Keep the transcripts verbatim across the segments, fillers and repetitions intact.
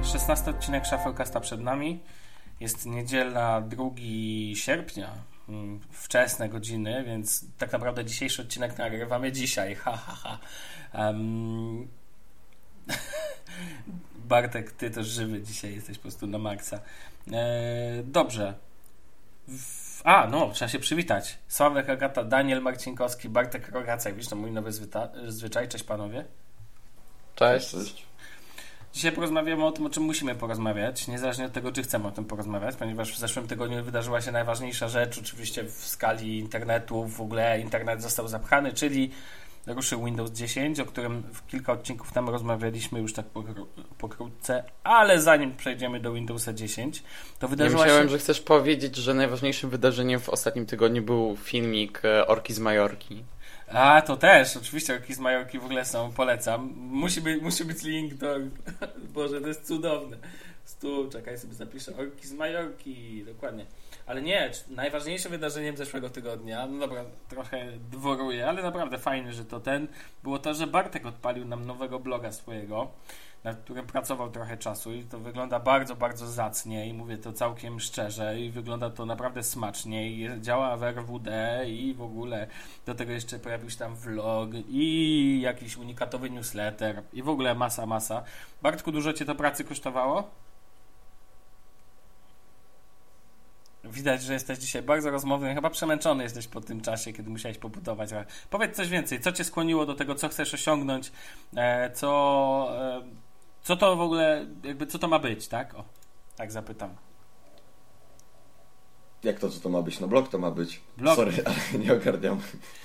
szesnasty odcinek Shufflecasta przed nami. Jest niedziela drugiego sierpnia, wczesne godziny, więc tak naprawdę dzisiejszy odcinek nagrywamy dzisiaj. Ha, ha, ha. Um... Bartek, ty też żywy dzisiaj jesteś po prostu na maksa. Eee, dobrze. W... A, no, trzeba się przywitać. Sławek, Agata, Daniel Marcinkowski, Bartek Rogacek. Wiesz, to mój nowy zwyta... zwyczaj. Cześć panowie. Cześć. Cześć. Dzisiaj porozmawiamy o tym, o czym musimy porozmawiać, niezależnie od tego, czy chcemy o tym porozmawiać, ponieważ w zeszłym tygodniu wydarzyła się najważniejsza rzecz, oczywiście w skali internetu, w ogóle internet został zapchany, czyli ruszył Windows dziesięć, o którym w kilka odcinków tam rozmawialiśmy już tak pokrótce, ale zanim przejdziemy do Windowsa dziesięć, to wydarzyła ja myślałem, się... że chcesz powiedzieć, że najważniejszym wydarzeniem w ostatnim tygodniu był filmik Orki z Majorki. A, to też, oczywiście Orki z Majorki w ogóle są, polecam. Musi być, musi być link do... Boże, to jest cudowne. Tu, czekaj, sobie zapiszę. Orki z Majorki, dokładnie. Ale nie, najważniejszym wydarzeniem zeszłego tygodnia, no dobra, trochę dworuję, ale naprawdę fajne, że to ten, było to, że Bartek odpalił nam nowego bloga swojego, nad którym pracował trochę czasu i to wygląda bardzo, bardzo zacnie i mówię to całkiem szczerze i wygląda to naprawdę smacznie i działa w R W D i w ogóle do tego jeszcze pojawił się tam vlog i jakiś unikatowy newsletter i w ogóle masa, masa. Bartku, dużo cię to pracy kosztowało? Widać, że jesteś dzisiaj bardzo rozmowny, chyba przemęczony jesteś po tym czasie, kiedy musiałeś pobudować. Ale powiedz coś więcej, co cię skłoniło do tego, co chcesz osiągnąć, e, co, e, co to w ogóle, jakby co to ma być, tak? O, tak zapytam. Jak to, co to ma być? No blog to ma być. Blog. Sorry, ale nie ogarniam.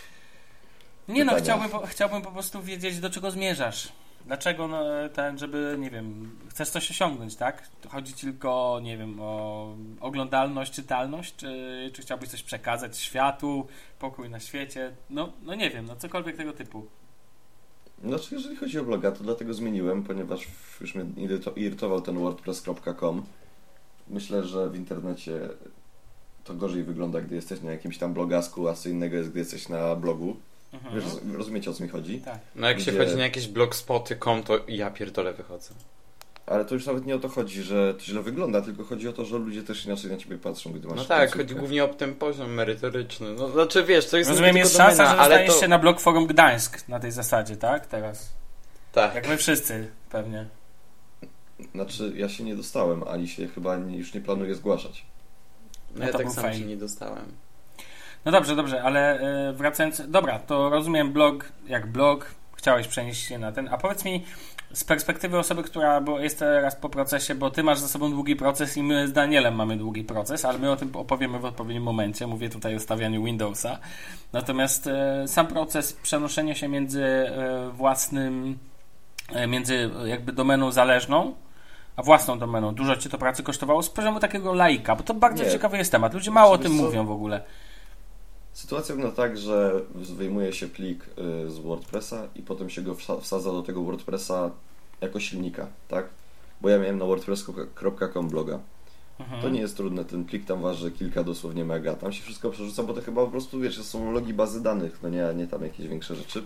Nie no, chciałbym, chciałbym po prostu wiedzieć, do czego zmierzasz. Dlaczego no, ten, żeby, nie wiem, chcesz coś osiągnąć, tak? Chodzi ci tylko, nie wiem, o oglądalność, czytalność, czy, czy chciałbyś coś przekazać światu, pokój na świecie? No, no nie wiem, no cokolwiek tego typu. Znaczy, jeżeli chodzi o bloga, to dlatego zmieniłem, ponieważ już mnie irytował ten wordpress kropka com. Myślę, że w internecie to gorzej wygląda, gdy jesteś na jakimś tam blogasku, a co innego jest, gdy jesteś na blogu. Mhm. Wiesz, rozumiecie, o co mi chodzi? Tak. No jak Gdzie... się chodzi na jakieś blogspoty kropka com, to ja pierdolę wychodzę. Ale to już nawet nie o to chodzi, że to źle wygląda, tylko chodzi o to, że ludzie też inaczej na ciebie patrzą, gdy masz... No tak, końcówkę. Chodzi głównie o ten poziom merytoryczny. No znaczy wiesz, to jest... Rozumiem, jest szansa, domena, że dostaniesz to... się na blog Forum Gdańsk na tej zasadzie, tak? Teraz. Tak. Jak my wszyscy, pewnie. Znaczy, ja się nie dostałem, ani się chyba nie, już nie planuję zgłaszać. No, no ja tak samo się nie dostałem. No dobrze, dobrze, ale yy, wracając... Dobra, to rozumiem blog jak blog, chciałeś przenieść się na ten, a powiedz mi z perspektywy osoby, która bo jest teraz po procesie, bo ty masz za sobą długi proces i my z Danielem mamy długi proces, ale my o tym opowiemy w odpowiednim momencie, mówię tutaj o stawianiu Windowsa. Natomiast yy, sam proces przenoszenia się między yy, własnym, yy, między jakby domeną zależną, a własną domeną, dużo cię to pracy kosztowało z poziomu takiego laika, bo to bardzo nie. ciekawy jest temat, ludzie mało o tym co? mówią w ogóle. Sytuacja wygląda tak, że wyjmuje się plik z WordPressa i potem się go wsadza do tego WordPressa jako silnika, tak? Bo ja miałem na wordpress kropka com bloga. Mhm. To nie jest trudne, ten plik tam waży kilka dosłownie mega. Tam się wszystko przerzuca, bo to chyba po prostu, wiesz, są logi bazy danych, no nie, nie tam jakieś większe rzeczy.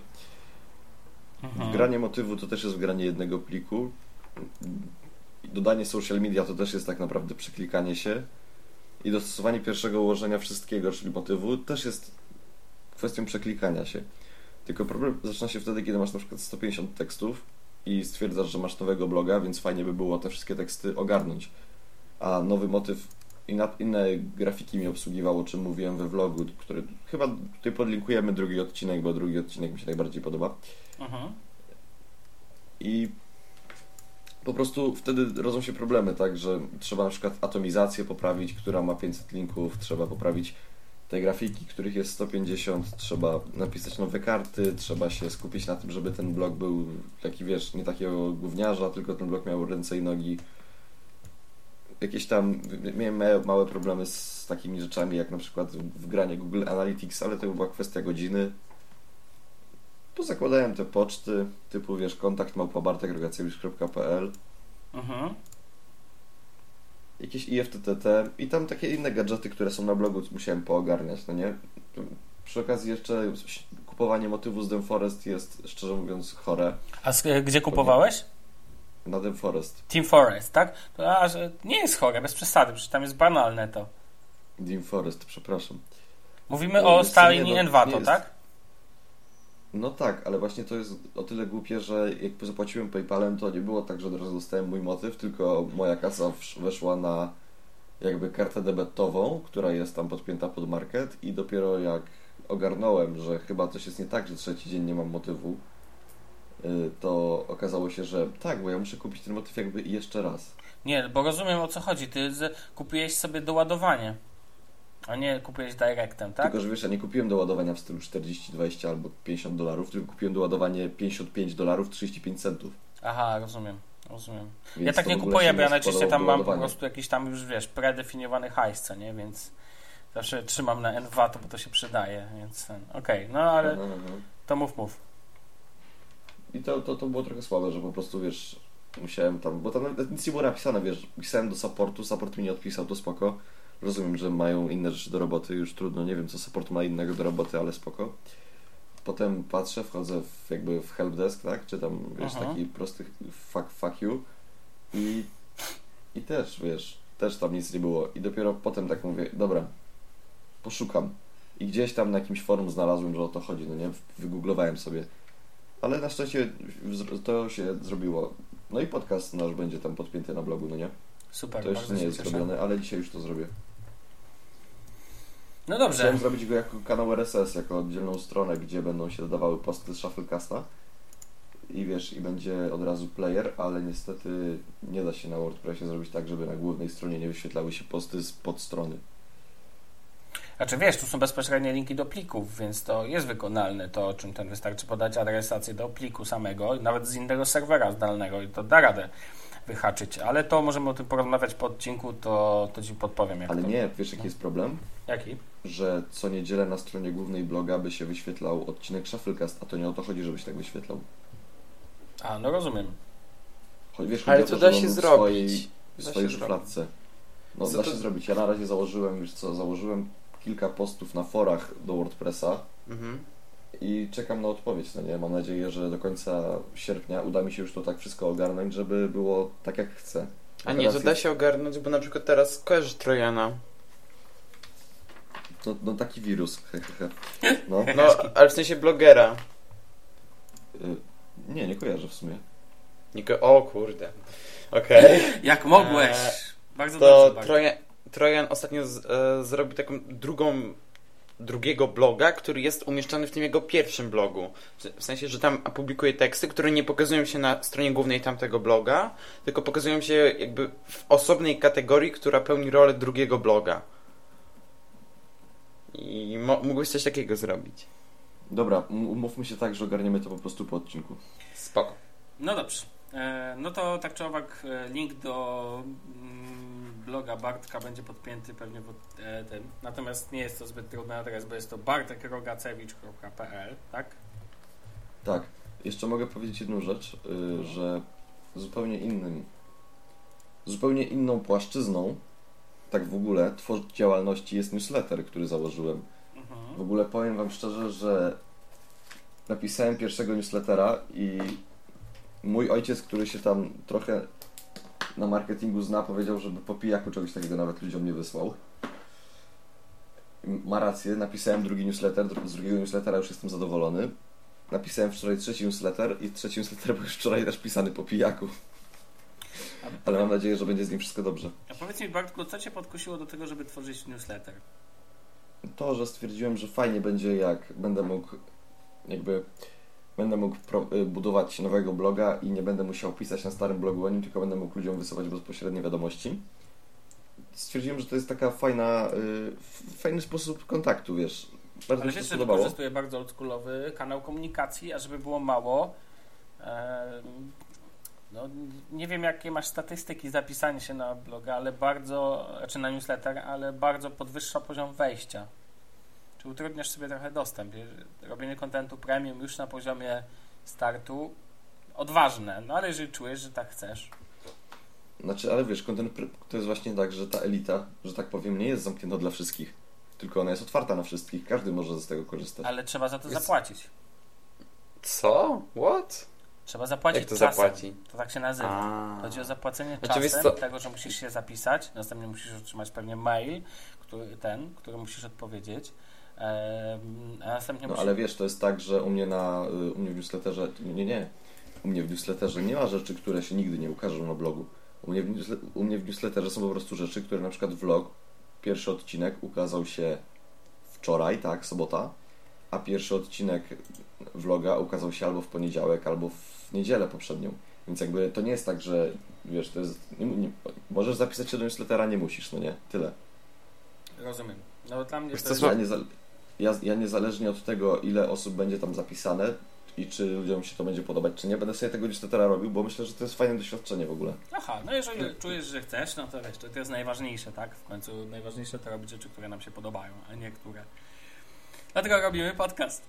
Mhm. Wgranie motywu to też jest wgranie jednego pliku. Dodanie social media to też jest tak naprawdę przeklikanie się. I dostosowanie pierwszego ułożenia wszystkiego, czyli motywu, też jest kwestią przeklikania się. Tylko problem zaczyna się wtedy, kiedy masz na przykład sto pięćdziesiąt tekstów i stwierdzasz, że masz nowego bloga, więc fajnie by było te wszystkie teksty ogarnąć. A nowy motyw i inne grafiki mi obsługiwało, o czym mówiłem we vlogu, który chyba tutaj podlinkujemy drugi odcinek, bo drugi odcinek mi się najbardziej podoba. Aha. I po prostu wtedy rodzą się problemy, tak, że trzeba na przykład atomizację poprawić, która ma pięćset linków, trzeba poprawić te grafiki, których jest sto pięćdziesiąt, trzeba napisać nowe karty, trzeba się skupić na tym, żeby ten blog był taki, wiesz, nie takiego gówniarza, tylko ten blog miał ręce i nogi. Jakieś tam, miałem małe problemy z takimi rzeczami, jak na przykład wgranie Google Analytics, ale to była kwestia godziny. Pozakładałem te poczty, typu, wiesz, kontakt małpa bartek rogacewicz kropka p l. Mhm. Jakieś I F T T T i tam takie inne gadżety, które są na blogu, musiałem poogarniać, no nie? Przy okazji jeszcze kupowanie motywu z ThemeForest jest, szczerze mówiąc, chore. A z, gdzie kupowałeś? Na Team Forest. Team Forest, tak? To a, że nie jest chore, bez przesady, przecież tam jest banalne to. Team Forest, przepraszam. Mówimy No, o jest- Stalin nie, i no, Envato, nie jest- tak? No tak, ale właśnie to jest o tyle głupie, że jak zapłaciłem PayPalem, to nie było tak, że od razu dostałem mój motyw, tylko moja kasa wsz- weszła na jakby kartę debetową, która jest tam podpięta pod market i dopiero jak ogarnąłem, że chyba coś jest nie tak, że trzeci dzień nie mam motywu, y, to okazało się, że tak, bo ja muszę kupić ten motyw jakby jeszcze raz. Nie, bo rozumiem, o co chodzi. Ty z, kupiłeś sobie doładowanie, a nie kupiłeś directem, tak? Tylko, że wiesz, ja nie kupiłem do ładowania w stylu czterdzieści, dwadzieścia albo pięćdziesiąt dolarów, tylko kupiłem do ładowania pięćdziesiąt pięć dolarów trzydzieści pięć centów. Aha, rozumiem, rozumiem. Więc Ja tak to nie w ogóle kupuję, się bo ja nie najczęściej składało tam do mam po ładowania. prostu jakiś tam już, wiesz, predefiniowany hajs, co nie? Więc zawsze trzymam na Envato, bo to się przydaje, więc ten... Okej, okay, no ale Aha, aha. to mów, mów. I to, to, to było trochę słabe, że po prostu, wiesz, musiałem tam, bo tam nawet nic nie było napisane, wiesz, pisałem do supportu, support mi nie odpisał, to spoko. Rozumiem, że mają inne rzeczy do roboty, już trudno, nie wiem co support ma innego do roboty, ale spoko. Potem patrzę, wchodzę w, jakby w helpdesk, tak, czy tam, wiesz, Aha. taki prosty fuck, fuck you i, i też, wiesz, też tam nic nie było i dopiero potem tak mówię, dobra, poszukam i gdzieś tam na jakimś forum znalazłem, że o to chodzi, no nie, wygooglowałem sobie. Ale na szczęście zr- to się zrobiło. No i podcast nasz będzie tam podpięty na blogu, no nie? Super, To jeszcze bardzo nie się jest cieszę. zrobione, ale dzisiaj już to zrobię. No dobrze. Chciałem zrobić go jako kanał R S S, jako oddzielną stronę, gdzie będą się dodawały posty z Shufflecasta. I wiesz, i będzie od razu player, ale niestety nie da się na WordPressie zrobić tak, żeby na głównej stronie nie wyświetlały się posty z podstrony. Znaczy wiesz, tu są bezpośrednie linki do plików, więc to jest wykonalne to, o czym ten wystarczy podać adresację do pliku samego, nawet z innego serwera zdalnego i to da radę wyhaczyć, ale to możemy o tym porozmawiać po odcinku, to, to Ci podpowiem jak Ale to... nie, wiesz jaki jest problem? Jaki? Że co niedzielę na stronie głównej bloga by się wyświetlał odcinek Shufflecast, a to nie o to chodzi, żeby się tak wyświetlał. A, no rozumiem. Choć wiesz, Ale chodzi o to że da on się w zrobić. Swojej, w Da swojej się szufladce. No Co da to- się zrobić. Ja na razie założyłem, wiesz co, założyłem kilka postów na forach do WordPressa Mhm. i czekam na odpowiedź, no nie? Mam nadzieję, że do końca sierpnia uda mi się już to tak wszystko ogarnąć, żeby było tak jak chcę. A nie, teraz to da jest- się ogarnąć, bo na przykład teraz kojarzysz Trojana. No, no taki wirus, he, he, he. No. No, ale w sensie blogera. Y, Nie, nie kojarzę w sumie. Nie ko- o kurde. Okej. Jak mogłeś? Eee, Bardzo To dobrze. bardzo. Trojan, Trojan ostatnio z, e, zrobił taką drugą, drugiego bloga, który jest umieszczony w tym jego pierwszym blogu. W- W sensie, że tam publikuje teksty, które nie pokazują się na stronie głównej tamtego bloga, tylko pokazują się jakby w osobnej kategorii, która pełni rolę drugiego bloga. I mo- mógłbyś coś takiego zrobić. Dobra, m- umówmy się tak, że ogarniemy to po prostu po odcinku. Spoko. No dobrze. E, no to tak czy owak e, link do mm, bloga Bartka będzie podpięty pewnie w e, tym. Natomiast nie jest to zbyt trudny adres, bo jest to bartek rogacewicz kropka p l, tak? Tak. Jeszcze mogę powiedzieć jedną rzecz, y, że zupełnie innym, zupełnie inną płaszczyzną, tak w ogóle, twor- działalności jest newsletter, który założyłem. Mhm. W ogóle powiem Wam szczerze, że napisałem pierwszego newslettera i mój ojciec, który się tam trochę na marketingu zna, powiedział, żeby po pijaku czegoś takiego nawet ludziom nie wysłał. I ma rację, napisałem drugi newsletter, z drugiego newslettera już jestem zadowolony. Napisałem wczoraj trzeci newsletter i trzeci newsletter był już wczoraj też pisany po pijaku. Ale mam nadzieję, że będzie z nim wszystko dobrze. A powiedz mi, Bartku, co Cię podkusiło do tego, żeby tworzyć newsletter? To, że stwierdziłem, że fajnie będzie, jak będę mógł jakby będę mógł pro, y, budować nowego bloga i nie będę musiał pisać na starym blogu o nim, tylko będę mógł ludziom wysyłać bezpośrednie wiadomości. Stwierdziłem, że to jest taka fajna, y, f- fajny sposób kontaktu, wiesz. Bardzo Ale mi się wiesz, to że podobało. wykorzystuję bardzo oldschoolowy kanał komunikacji, a żeby było mało, e, no, nie wiem jakie masz statystyki zapisania się na bloga, ale bardzo, czy na newsletter, ale bardzo podwyższa poziom wejścia. Czy utrudniasz sobie trochę dostęp. Robienie kontentu premium już na poziomie startu odważne, no ale jeżeli czujesz, że tak chcesz. Znaczy, ale wiesz, content pr- to jest właśnie tak, że ta elita, że tak powiem, nie jest zamknięta dla wszystkich. Tylko ona jest otwarta na wszystkich. Każdy może z tego korzystać. Ale trzeba za to Jest- zapłacić. Co? What? Trzeba zapłacić Jak to czasem. zapłaci? To tak się nazywa. A. Chodzi o zapłacenie Znaczy, czasem, wiesz co- tego, że musisz się zapisać, następnie musisz otrzymać pewnie mail, który, ten, który musisz odpowiedzieć, em, a następnie No musisz... ale wiesz, to jest tak, że u mnie na y, u mnie w newsletterze, nie, nie, u mnie w newsletterze nie ma rzeczy, które się nigdy nie ukażą na blogu. U mnie w, newsle, u mnie w newsletterze są po prostu rzeczy, które na przykład vlog, pierwszy odcinek ukazał się wczoraj, tak, sobota, a pierwszy odcinek vloga ukazał się albo w poniedziałek, albo w niedzielę poprzednią. Więc jakby to nie jest tak, że wiesz, to jest, nie, nie, możesz zapisać się do newslettera, nie musisz, no nie, tyle. Rozumiem. No dla mnie Wiesz to co, jest... Ja, nieza, ja, ja niezależnie od tego, ile osób będzie tam zapisane i czy ludziom się to będzie podobać, czy nie, będę sobie tego newslettera robił, bo myślę, że to jest fajne doświadczenie w ogóle. Aha, no jeżeli czujesz, że chcesz, no to wiesz, to, to jest najważniejsze, tak? W końcu najważniejsze to robić rzeczy, które nam się podobają, a nie które... Dlatego robimy podcast.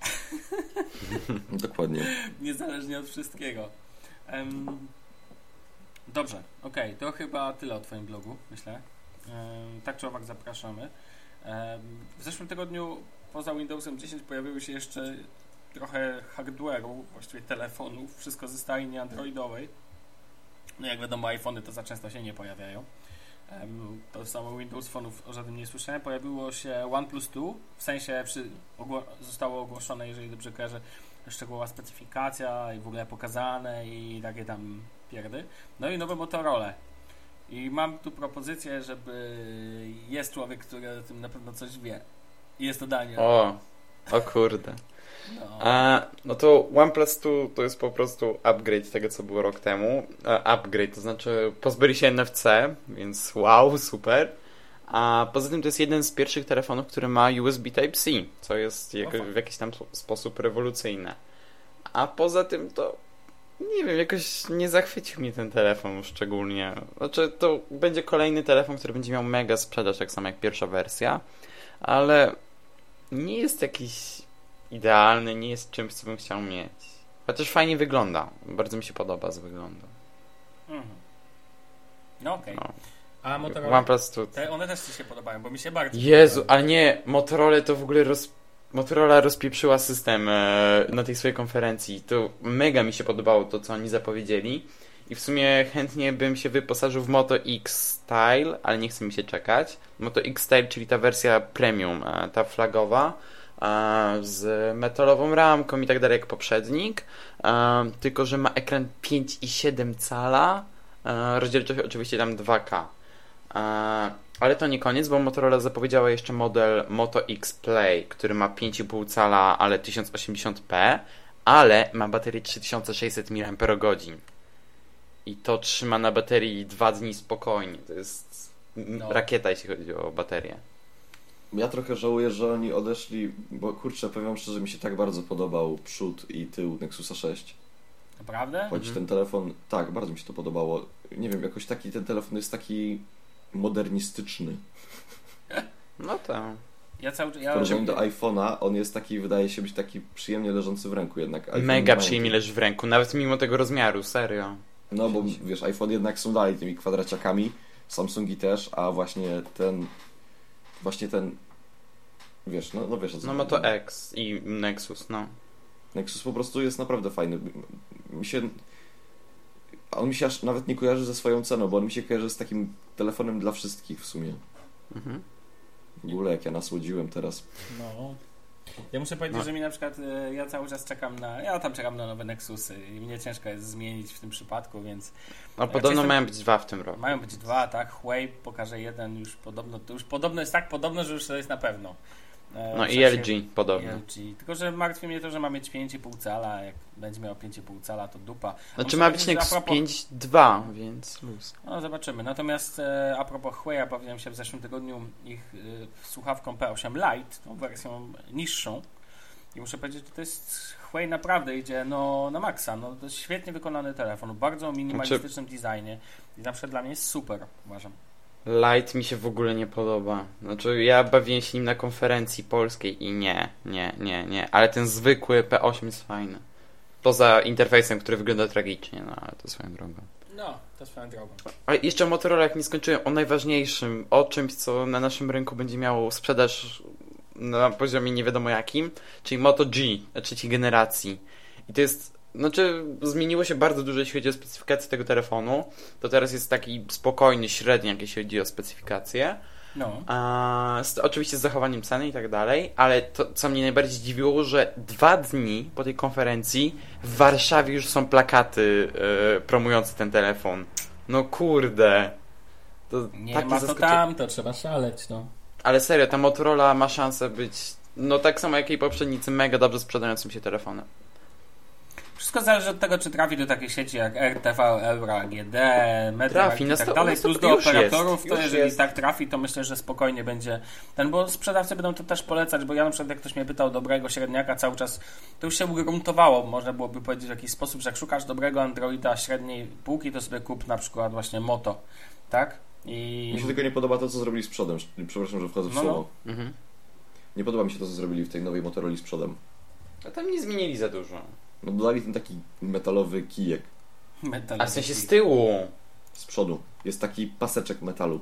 Dokładnie. Niezależnie od wszystkiego. Em, dobrze, okej, to chyba tyle o Twoim blogu, myślę. Em, tak czy owak zapraszamy. Em, w zeszłym tygodniu poza Windowsem dziesięć pojawiły się jeszcze trochę hardware'u, właściwie telefonów, wszystko ze stajni androidowej. No jak wiadomo, iPhony to za często się nie pojawiają. Um, to samo Windows Phone'ów o żadnym nie słyszałem. Pojawiło się OnePlus dwa, w sensie przy, ogło, zostało ogłoszone, jeżeli dobrze kojarzę, szczegółowa specyfikacja i w ogóle pokazane i takie tam pierdy. No i nowe Motorola. I mam tu propozycję, żeby jest człowiek, który o tym na pewno coś wie. I jest to Daniel. O, o kurde. No. A, no to OnePlus dwa to jest po prostu upgrade tego, co było rok temu. A, upgrade, to znaczy pozbyli się N F C, więc wow, super. A poza tym to jest jeden z pierwszych telefonów, który ma U S B Type-C, co jest jak, w jakiś tam sposób rewolucyjne. A poza tym to nie wiem, jakoś nie zachwycił mnie ten telefon szczególnie. Znaczy to będzie kolejny telefon, który będzie miał mega sprzedaż, tak samo jak pierwsza wersja, ale nie jest jakiś idealny, nie jest czymś, co bym chciał mieć. Chociaż fajnie wygląda. Bardzo mi się podoba z wyglądu. Mhm. No okej. No. A Motorola? OnePlus dwa. Te, one też Ci się podobają, bo mi się bardzo Jezu, podobają. ale nie, Motorola to w ogóle roz... Motorola rozpieprzyła system e, na tej swojej konferencji. To mega mi się podobało to, co oni zapowiedzieli. I w sumie chętnie bym się wyposażył w Moto X Style, ale nie chce mi się czekać. Moto X Style, czyli ta wersja premium, e, ta flagowa, e, z metalową ramką i tak dalej jak poprzednik. E, tylko, że ma ekran pięć i siedem cala, e, rozdzielczość oczywiście tam dwa K. E, ale to nie koniec, bo Motorola zapowiedziała jeszcze model Moto X Play, który ma pięć i pół cala, ale tysiąc osiemdziesiąt p, ale ma baterię trzy tysiące sześćset miliampergodzin. I to trzyma na baterii dwa dni spokojnie. To jest No. rakieta, jeśli chodzi o baterię. Ja trochę żałuję, że oni odeszli, bo kurczę, powiem szczerze, mi się tak bardzo podobał przód i tył Nexusa sześć. Naprawdę? Choć Mhm. ten telefon, tak, bardzo mi się to podobało. Nie wiem, jakoś taki ten telefon jest taki modernistyczny. No to... Ja cały W ja porównaniu do iPhone'a, on jest taki, wydaje się być taki przyjemnie leżący w ręku jednak. iPhone Mega mają przyjemnie te- leży w ręku, nawet mimo tego rozmiaru, serio. No bo wiesz, iPhone jednak są dalej tymi kwadraciakami, Samsungi też, a właśnie ten, właśnie ten, wiesz, no, no wiesz o co No chodzi. Moto X i Nexus, no. Nexus po prostu jest naprawdę fajny. Mi się, on mi się aż nawet nie kojarzy ze swoją ceną, bo on mi się kojarzy z takim telefonem dla wszystkich w sumie. Mhm. W ogóle jak ja nasłodziłem teraz. No. Ja muszę powiedzieć, No. że mi na przykład e, ja cały czas czekam na. Ja tam czekam na nowe Nexusy i mnie ciężko jest zmienić w tym przypadku, więc No Jak podobno jestem- mają być dwa w tym roku. mają być dwa, tak? Huawei pokaże jeden już podobno. To już podobno jest tak podobno, że już to jest na pewno. E, No w i sensie- L G podobno. L G. Tylko, że martwi mnie to, że ma mieć pięć i pół cala. Jak będzie miał pięć i pół cala, to dupa. Znaczy muszę ma być powiedzieć, Nexus że a propos- pięć dwa, więc luz. No zobaczymy. Natomiast e, a propos Huawei, bawiłem się w zeszłym tygodniu ich e, słuchawką P osiem Lite, tą wersją niższą. I muszę powiedzieć, że to jest Huawei naprawdę idzie no, na maksa. No, to jest świetnie wykonany telefon, bardzo minimalistycznym designie. I na przykład dla mnie jest super, uważam. Light mi się w ogóle nie podoba. Znaczy ja bawiłem się nim na konferencji polskiej i nie, nie, nie, nie. Ale ten zwykły P osiem jest fajny. Poza interfejsem, który wygląda tragicznie, no ale to swoją drogą. No, to swoją drogą. Ale jeszcze o Motorola, jak nie skończyłem, o najważniejszym, o czymś, co na naszym rynku będzie miało sprzedaż na poziomie nie wiadomo jakim, czyli Moto G trzeciej generacji. I to jest Znaczy, zmieniło się bardzo dużo, jeśli chodzi o specyfikację tego telefonu. To teraz jest taki spokojny, średni, jak jeśli chodzi o specyfikację. No. A, z, oczywiście z zachowaniem ceny i tak dalej, ale to, co mnie najbardziej zdziwiło, że dwa dni po tej konferencji w Warszawie już są plakaty e, promujące ten telefon. No kurde. To Nie takie ma to zaskoczy- tam, to trzeba szaleć, no. Ale serio, ta Motorola ma szansę być, no tak samo jak jej poprzednicy, mega dobrze sprzedającym się telefonem. Wszystko zależy od tego, czy trafi do takiej sieci jak R T V, Euro, A G D, Media Trafi, i na tak sto- dalej, na sto- plus do już operatorów, jest, to już jeżeli jest. tak trafi, to myślę, że spokojnie będzie ten, bo sprzedawcy będą to też polecać, bo ja na przykład jak ktoś mnie pytał dobrego średniaka cały czas, to już się ugruntowało, można byłoby powiedzieć w jakiś sposób, że jak szukasz dobrego Androida średniej półki, to sobie kup na przykład właśnie Moto, tak? I... Mi się tylko nie podoba to, co zrobili z przodem. Przepraszam, że wchodzę w No, słowo. no. Mhm. Nie podoba mi się to, co zrobili w tej nowej Motorola z przodem. A tam nie zmienili za dużo. No dodali ten taki metalowy kijek Metal A w sensie z tyłu. z przodu. Jest taki paseczek metalu.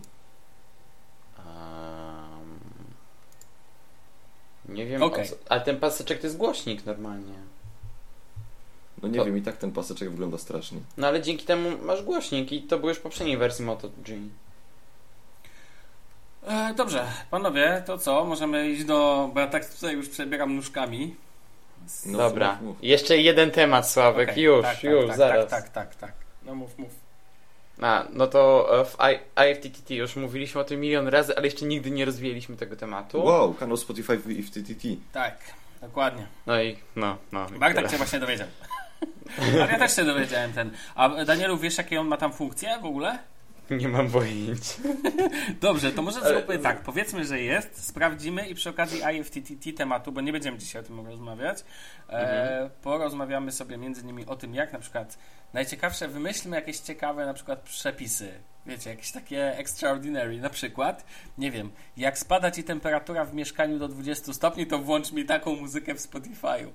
Um, nie wiem, Okej. o co, ale ten paseczek to jest głośnik normalnie. No nie To- wiem, i tak ten paseczek wygląda strasznie. No ale dzięki temu masz głośnik i to było już w poprzedniej wersji Moto G. E, dobrze, panowie, to co? Możemy iść do... bo ja tak tutaj już przebieram nóżkami. No, Dobra, mów, mów. jeszcze jeden temat, Sławek, Okej, już, tak, już, tak, zaraz. Tak, tak, tak, tak. No mów, mów. A, no to e, w I- I F T T T już mówiliśmy o tym milion razy, ale jeszcze nigdy nie rozwijaliśmy tego tematu. Wow, kanał Spotify i w T T T. Tak, dokładnie. No i, no, no. i Bartek tyle. się właśnie dowiedział. Ale ja też się dowiedziałem ten. A Danielu, wiesz jakie on ma tam funkcje w ogóle? Nie mam pojęcia. Dobrze, to może Ale- zróbmy tak. Powiedzmy, że jest, sprawdzimy i przy okazji I F T T T tematu, bo nie będziemy dzisiaj o tym rozmawiać, e, Mhm. porozmawiamy sobie między innymi o tym, jak na przykład najciekawsze, wymyślmy jakieś ciekawe na przykład przepisy. Wiecie, jakieś takie extraordinary. Na przykład, nie wiem, jak spada ci temperatura w mieszkaniu do dwudziestu stopni, to włącz mi taką muzykę w Spotify'u.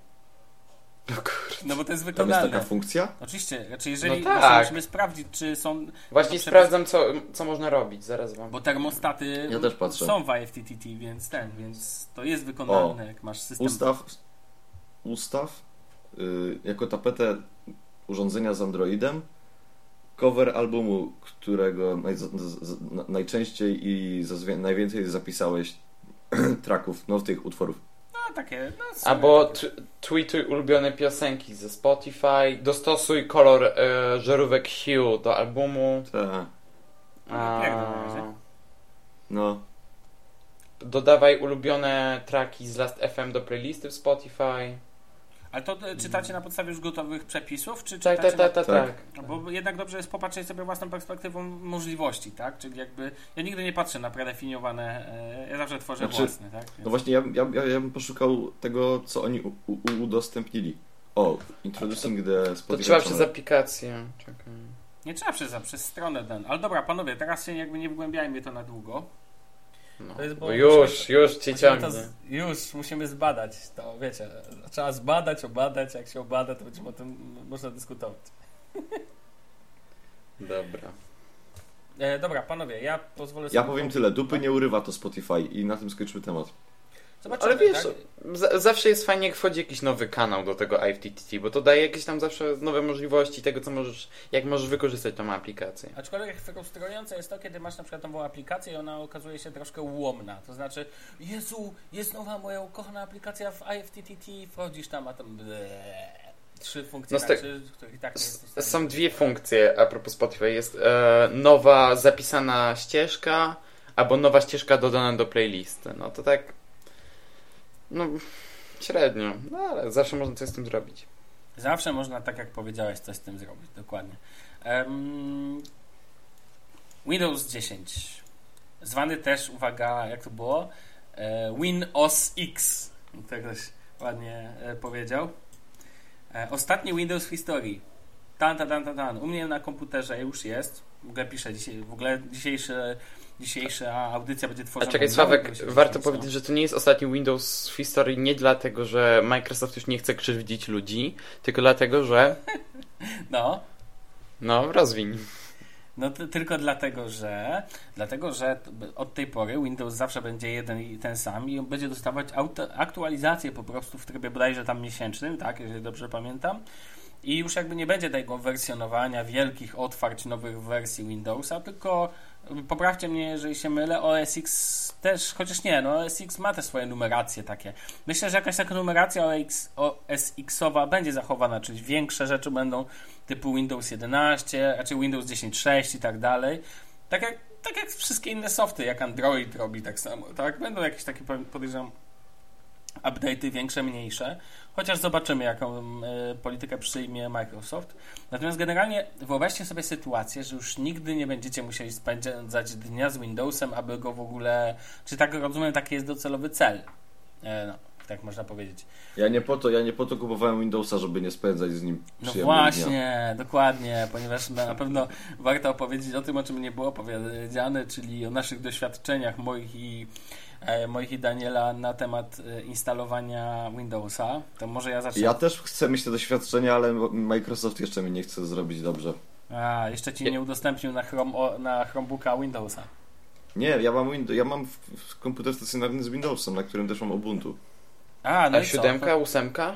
No kurde. No bo to jest Tam jest wykonalne. taka funkcja? Oczywiście, znaczy jeżeli No tak. właśnie musimy sprawdzić, czy są... Właśnie to sprawdzam, co, co można robić, zaraz wam. Bo termostaty Ja też patrzę. są w I F T T T, więc ten, więc to jest wykonalne, jak masz system. Ustaw, ustaw y, jako tapetę urządzenia z Androidem cover albumu, którego naj, z, z, na- najczęściej i zazwie, najwięcej zapisałeś tracków, no tych utworów. No takie, no są Albo takie. t- tweetuj ulubione piosenki ze Spotify, dostosuj kolor e, żarówek Hue do albumu. Ta, No, piękne na razie. no, Dodawaj ulubione traki z Last F M do playlisty w Spotify. Ale to e, czytacie na podstawie już gotowych przepisów, czy Tak, czytacie tak, tak, tak, Tak. tak. na... Bo jednak dobrze jest popatrzeć sobie własną perspektywą możliwości, tak? Czyli jakby, ja nigdy nie patrzę na predefiniowane, e, ja zawsze tworzę Znaczy, własne, tak? Więc... no właśnie ja, ja, ja, ja bym poszukał tego, co oni u, u, udostępnili. O, introducing the To Spotify trzeba channel. przez aplikację. Czekaj. Nie trzeba przez, przez stronę ten. Ale dobra, panowie, teraz się jakby nie wgłębiajmy to na długo. No. To jest, bo Bo już, musimy- już cię Musimy to ciągnie. z, już musimy zbadać to, wiecie, trzeba zbadać, obadać, jak się obada, to będziemy o tym m- można dyskutować. Dobra. E, dobra, panowie, ja pozwolę sobie... Ja powiem tyle, dupy nie urywa to Spotify i na tym skończymy temat. Zobaczymy, Ale wiesz, tak? z- zawsze jest fajnie, jak wchodzi jakiś nowy kanał do tego I F T T T, bo to daje jakieś tam zawsze nowe możliwości tego, co możesz, jak możesz wykorzystać tą aplikację. Aczkolwiek frustrujące jest to, kiedy masz na przykład nową aplikację i ona okazuje się troszkę ułomna. To znaczy, Jezu, jest nowa moja ukochana aplikacja w I F T T T, wchodzisz tam, a tam ble, trzy funkcje, No z te- znaczy, których i tak nie jest w stanie- Są dwie funkcje a propos Spotify. Jest e, nowa zapisana ścieżka, albo nowa ścieżka dodana do playlisty. No to tak, no średnio, no ale zawsze można coś z tym zrobić. Zawsze można, tak jak powiedziałeś, coś z tym zrobić, dokładnie. Um, Windows dziesięć. Zwany też, uwaga, jak to było? E, WinOS X. To ktoś ładnie e, powiedział. E, ostatni Windows w historii. Tan, tan, tan, tan, tan. U mnie na komputerze już jest. W ogóle piszę dzisiaj, w ogóle dzisiejszy, dzisiejsza audycja będzie A tworzona. czekaj, na Sławek, Windowsie warto dziesięć, no. powiedzieć, że to nie jest ostatni Windows w historii nie dlatego, że Microsoft już nie chce krzywdzić ludzi, tylko dlatego, że No. no, rozwiń. No to tylko dlatego, że dlatego, że t- od tej pory Windows zawsze będzie jeden i ten sam i on będzie dostawać auto, aktualizacje po prostu w trybie bodajże tam miesięcznym, tak, jeżeli dobrze pamiętam. I już jakby nie będzie tego wersjonowania, wielkich otwarć nowych wersji Windowsa, tylko poprawcie mnie, jeżeli się mylę, O S X też, chociaż nie, no O S X ma te swoje numeracje takie. Myślę, że jakaś taka numeracja O S X-owa będzie zachowana, czyli większe rzeczy będą typu Windows jedenaście, raczej Windows dziesięć sześć i tak dalej. Tak jak, tak jak wszystkie inne softy, jak Android robi tak samo, tak? Będą jakieś takie, podejrzewam, update'y większe, mniejsze, chociaż zobaczymy, jaką y, politykę przyjmie Microsoft. Natomiast generalnie wyobraźcie sobie sytuację, że już nigdy nie będziecie musieli spędzać dnia z Windowsem, aby go w ogóle, czy tak rozumiem, taki jest docelowy cel. E, no, tak można powiedzieć. Ja nie po to, ja nie po to kupowałem Windowsa, żeby nie spędzać z nim No przyjemnego właśnie, dnia. dokładnie, ponieważ na pewno warto opowiedzieć o tym, o czym nie było powiedziane, czyli o naszych doświadczeniach moich i moich i Daniela na temat instalowania Windowsa. To może ja zacznę. Ja też chcę mieć te doświadczenia, ale Microsoft jeszcze mi nie chce zrobić dobrze. A, jeszcze ci nie udostępnił na, Chrome, na Chromebooka Windowsa. Nie, ja mam, Windows, ja mam w, w komputer stacjonarny z Windowsem, na którym też mam Ubuntu. A, no A i siódemka, co? ósemka?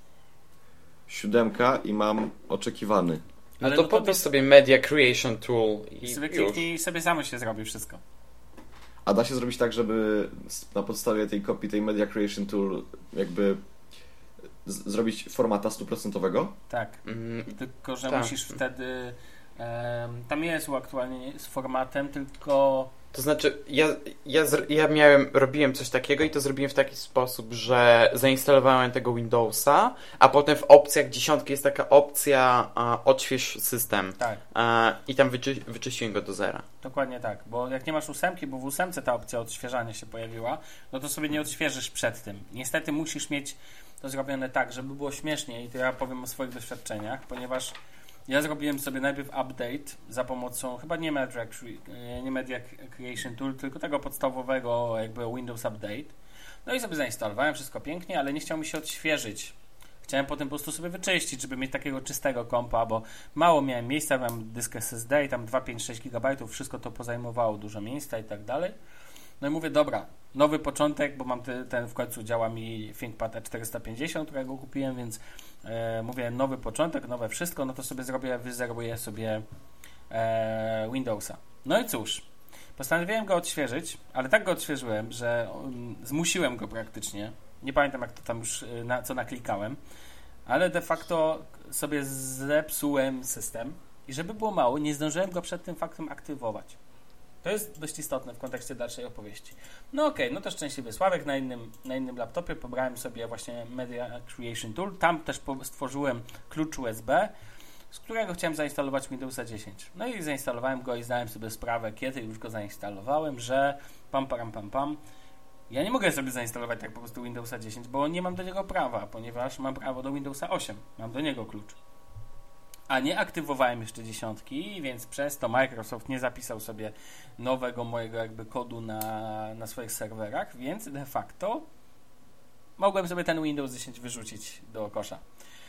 Siódemka i mam oczekiwany. No Ale to no to podpisz byś- sobie Media Creation Tool i I sobie już. kliknij i sobie samo się zrobi wszystko. A da się zrobić tak, żeby na podstawie tej kopii, tej Media Creation Tool jakby z- zrobić formata stuprocentowego? Tak. Mm, Tylko, że tak. musisz wtedy... em, tam jest uaktualnienie z formatem, tylko... To znaczy, ja, ja, zr- ja miałem, robiłem coś takiego i to zrobiłem w taki sposób, że zainstalowałem tego Windowsa, a potem w opcjach dziesiątki jest taka opcja a, odśwież system Tak. a, i tam wyczy- wyczyściłem go do zera. Dokładnie tak, bo jak nie masz ósemki, bo w ósemce ta opcja odświeżania się pojawiła, no to sobie nie odświeżysz przed tym. Niestety musisz mieć to zrobione tak, żeby było śmiesznie i to ja powiem o swoich doświadczeniach, ponieważ ja zrobiłem sobie najpierw update za pomocą, chyba nie Media, nie Media Creation Tool, tylko tego podstawowego jakby Windows Update. No i sobie zainstalowałem, wszystko pięknie, ale nie chciał mi się odświeżyć. Chciałem potem po prostu sobie wyczyścić, żeby mieć takiego czystego kompa, bo mało miałem miejsca, miałem dysk S S D i tam dwa, pięć, sześć gigabajtów, wszystko to pozajmowało dużo miejsca i tak dalej. No i mówię, dobra, nowy początek, bo mam te, ten w końcu działa mi ThinkPad czterysta pięćdziesiąt, którego kupiłem, więc e, mówię, nowy początek, nowe wszystko, no to sobie zrobię, wyzeruję sobie e, Windowsa. No i cóż, postanowiłem go odświeżyć, ale tak go odświeżyłem, że um, zmusiłem go praktycznie. Nie pamiętam, jak to tam już na, co naklikałem, ale de facto sobie zepsułem system i żeby było mało, nie zdążyłem go przed tym faktem aktywować. To jest dość istotne w kontekście dalszej opowieści. No okej, okay, no to szczęśliwy Sławek na innym, na innym laptopie pobrałem sobie właśnie Media Creation Tool. Tam też stworzyłem klucz U S B, z którego chciałem zainstalować Windowsa dziesięć. No i zainstalowałem go i zdałem sobie sprawę, kiedy już go zainstalowałem, że pam, pam, pam, pam. Ja nie mogę sobie zainstalować tak po prostu Windowsa dziesięć, bo nie mam do niego prawa, ponieważ mam prawo do Windowsa osiem. Mam do niego klucz. A nie aktywowałem jeszcze dziesiątki, więc przez to Microsoft nie zapisał sobie nowego mojego jakby kodu na, na swoich serwerach, więc de facto mogłem sobie ten Windows dziesięć wyrzucić do kosza.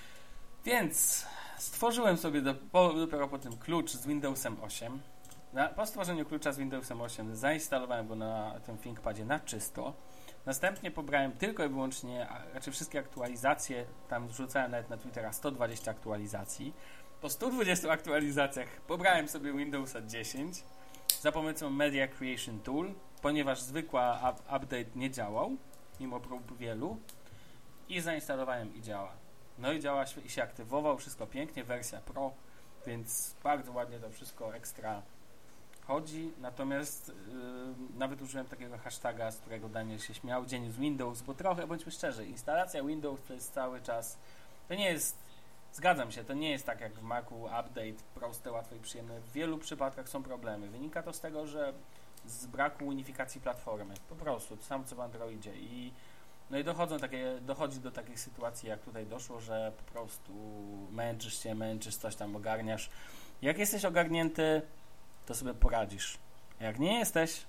Więc stworzyłem sobie do, po, dopiero po tym klucz z Windowsem osiem. Na, po stworzeniu klucza z Windowsem osiem zainstalowałem go na tym ThinkPadzie na czysto. Następnie pobrałem tylko i wyłącznie, a raczej wszystkie aktualizacje, tam wrzucałem nawet na Twittera sto dwadzieścia aktualizacji. Po stu dwudziestu aktualizacjach pobrałem sobie Windowsa dziesięć za pomocą Media Creation Tool, ponieważ zwykła up- update nie działał, mimo prób wielu, i zainstalowałem i działa. No i działa i się aktywował, wszystko pięknie, wersja Pro, więc bardzo ładnie to wszystko ekstra chodzi, natomiast yy, nawet użyłem takiego hashtaga, z którego Daniel się śmiał, dzień z Windows, bo trochę, bądźmy szczerzy, instalacja Windows to jest cały czas, to nie jest, zgadzam się, to nie jest tak jak w Macu, update, proste, łatwe i przyjemne, w wielu przypadkach są problemy. Wynika to z tego, że z braku unifikacji platformy, po prostu, to samo co w Androidzie i no i dochodzą takie, dochodzi do takich sytuacji, jak tutaj doszło, że po prostu męczysz się, męczysz, coś tam ogarniasz. Jak jesteś ogarnięty, to sobie poradzisz. Jak nie jesteś,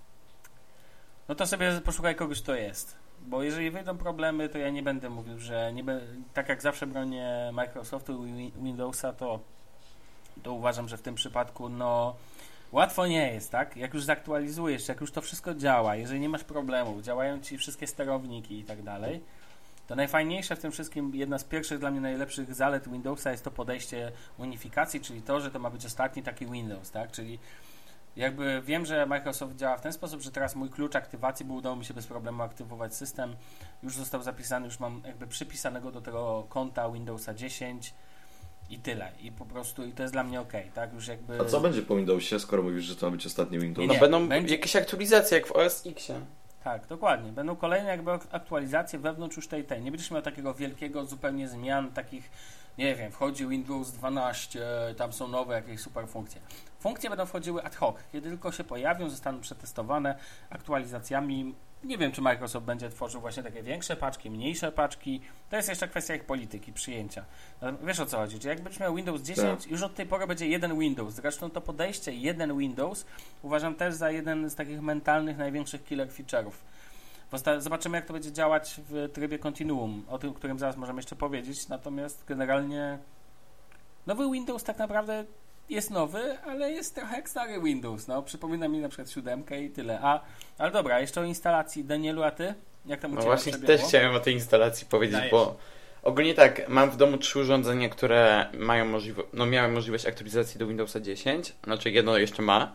no to sobie poszukaj kogoś, kto jest. Bo jeżeli wyjdą problemy, to ja nie będę mówił, że nie be, tak jak zawsze bronię Microsoftu i Windowsa, to, to uważam, że w tym przypadku no łatwo nie jest, tak? Jak już zaktualizujesz, jak już to wszystko działa, jeżeli nie masz problemów, działają ci wszystkie sterowniki i tak dalej, To najfajniejsze w tym wszystkim, jedna z pierwszych dla mnie najlepszych zalet Windowsa jest to podejście unifikacji, czyli to, że to ma być ostatni taki Windows, tak? Czyli jakby wiem, że Microsoft działa w ten sposób, że teraz mój klucz aktywacji, bo udało mi się bez problemu aktywować system, już został zapisany, już mam jakby przypisanego do tego konta Windowsa dziesięć i tyle. I po prostu, i to jest dla mnie ok, tak? Już jakby... A co będzie po Windowsie, skoro mówisz, że to ma być ostatni Windows? Nie, No nie, będą będzie- jakieś aktualizacje jak w O S X-ie. Tak, dokładnie. Będą kolejne jakby aktualizacje wewnątrz już tej tej. Nie będziesz miał takiego wielkiego zupełnie zmian, takich, nie wiem, wchodzi Windows dwanaście, tam są nowe jakieś super funkcje. Funkcje będą wchodziły ad hoc, kiedy tylko się pojawią, zostaną przetestowane aktualizacjami. Nie wiem, czy Microsoft będzie tworzył właśnie takie większe paczki, mniejsze paczki. To jest jeszcze kwestia ich polityki, przyjęcia. No, wiesz, o co chodzi? Czy jakbyś miał Windows dziesięć, Tak. już od tej pory będzie jeden Windows. Zresztą to podejście jeden Windows uważam też za jeden z takich mentalnych, największych killer feature'ów. Posta- Zobaczymy, jak to będzie działać w trybie Continuum, o tym, o którym zaraz możemy jeszcze powiedzieć. Natomiast generalnie nowy Windows tak naprawdę jest nowy, ale jest trochę jak stary Windows. No, przypomina mi na przykład siódemkę i tyle. A, ale dobra, jeszcze o instalacji. Danielu, a ty? Jak tam u No ciebie właśnie przebiegło? też chciałem o tej instalacji powiedzieć, Dajesz. bo ogólnie tak, mam w domu trzy urządzenia, które mają możliwość, no miały możliwość aktualizacji do Windowsa dziesięć, znaczy jedno jeszcze ma.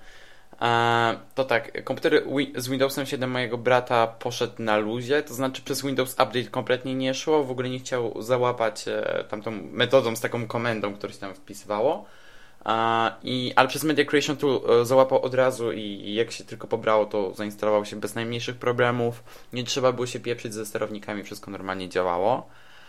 E, to tak, komputer wi- z Windowsem siedem mojego brata poszedł na luzie, to znaczy przez Windows Update kompletnie nie szło, w ogóle nie chciał załapać e, tamtą metodą z taką komendą, która się tam wpisywało. E, i, ale przez Media Creation Tool e, załapał od razu i, i jak się tylko pobrało, to zainstalował się bez najmniejszych problemów. Nie trzeba było się pieprzyć ze sterownikami, wszystko normalnie działało.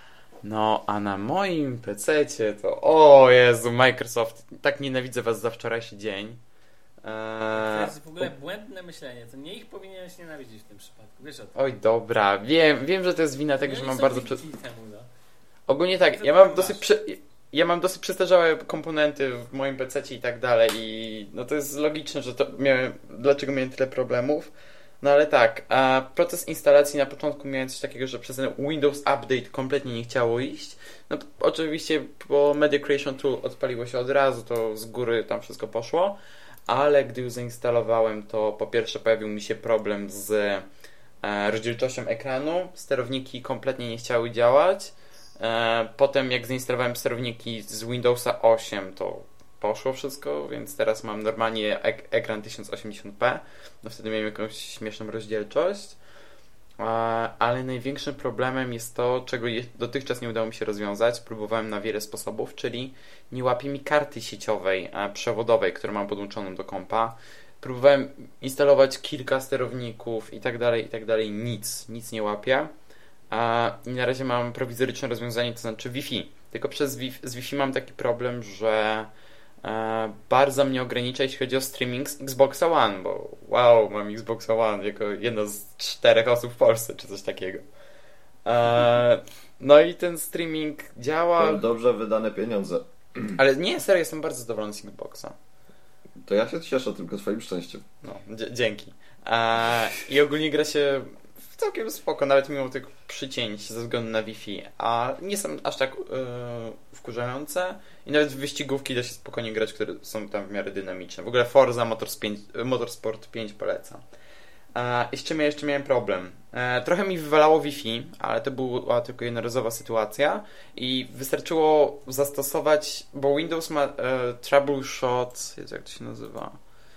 No, a na moim pececie to, o Jezu, Microsoft, tak nienawidzę was za wczorajszy dzień. To Eee, jest w ogóle błędne myślenie. To nie ich powinieneś nienawidzić w tym przypadku. Wiesz o tym. oj, dobra, wiem, wiem, że to jest wina tego, że Oni mam są bardzo... winni Prze... temu, no. Ogólnie tak, To ja tak mam dosyć... masz. Prze... Ja mam dosyć przestarzałe komponenty w moim pececie i tak dalej i no to jest logiczne, że to miałem... Dlaczego miałem tyle problemów? No ale tak, a proces instalacji na początku miałem coś takiego, że przez ten Windows Update kompletnie nie chciało iść. No to oczywiście po Media Creation Tool odpaliło się od razu, to z góry tam wszystko poszło. Ale gdy już zainstalowałem, to po pierwsze pojawił mi się problem z e, rozdzielczością ekranu. Sterowniki kompletnie nie chciały działać. E, potem jak zainstalowałem sterowniki z Windowsa osiem, to poszło wszystko, więc teraz mam normalnie ek- ekran tysiąc osiemdziesiąt p. No wtedy miałem jakąś śmieszną rozdzielczość. E, ale największym problemem jest to, czego je- dotychczas nie udało mi się rozwiązać. Próbowałem na wiele sposobów, czyli nie łapie mi karty sieciowej, e, przewodowej, którą mam podłączoną do kompa. Próbowałem instalować kilka sterowników i tak dalej, i tak dalej. Nic, nic nie łapie. E, I na razie mam prowizoryczne rozwiązanie, to znaczy Wi-Fi. Tylko przez Wi- z Wi-Fi mam taki problem, że e, bardzo mnie ogranicza, jeśli chodzi o streaming z Xboxa One, bo wow, mam Xboxa One jako jedna z czterech osób w Polsce, czy coś takiego. E, no i ten streaming działa, Dobrze wydane pieniądze. ale nie, serio, jestem bardzo zadowolony z Xboxa. To ja się cieszę tylko swoim szczęściem. No, dzie- dzięki. E, I ogólnie gra się w całkiem spoko, nawet mimo tych przycięć ze względu na Wi-Fi, a nie są aż tak e, wkurzające i nawet w wyścigówki da się spokojnie grać, które są tam w miarę dynamiczne. W ogóle Forza Motors pięć, Motorsport pięć polecam. E, I z czym ja jeszcze miałem problem? E, trochę mi wywalało Wi-Fi, ale to była tylko jednorazowa sytuacja i wystarczyło zastosować, bo Windows ma e, troubleshoot, Jezu, jak to się nazywa?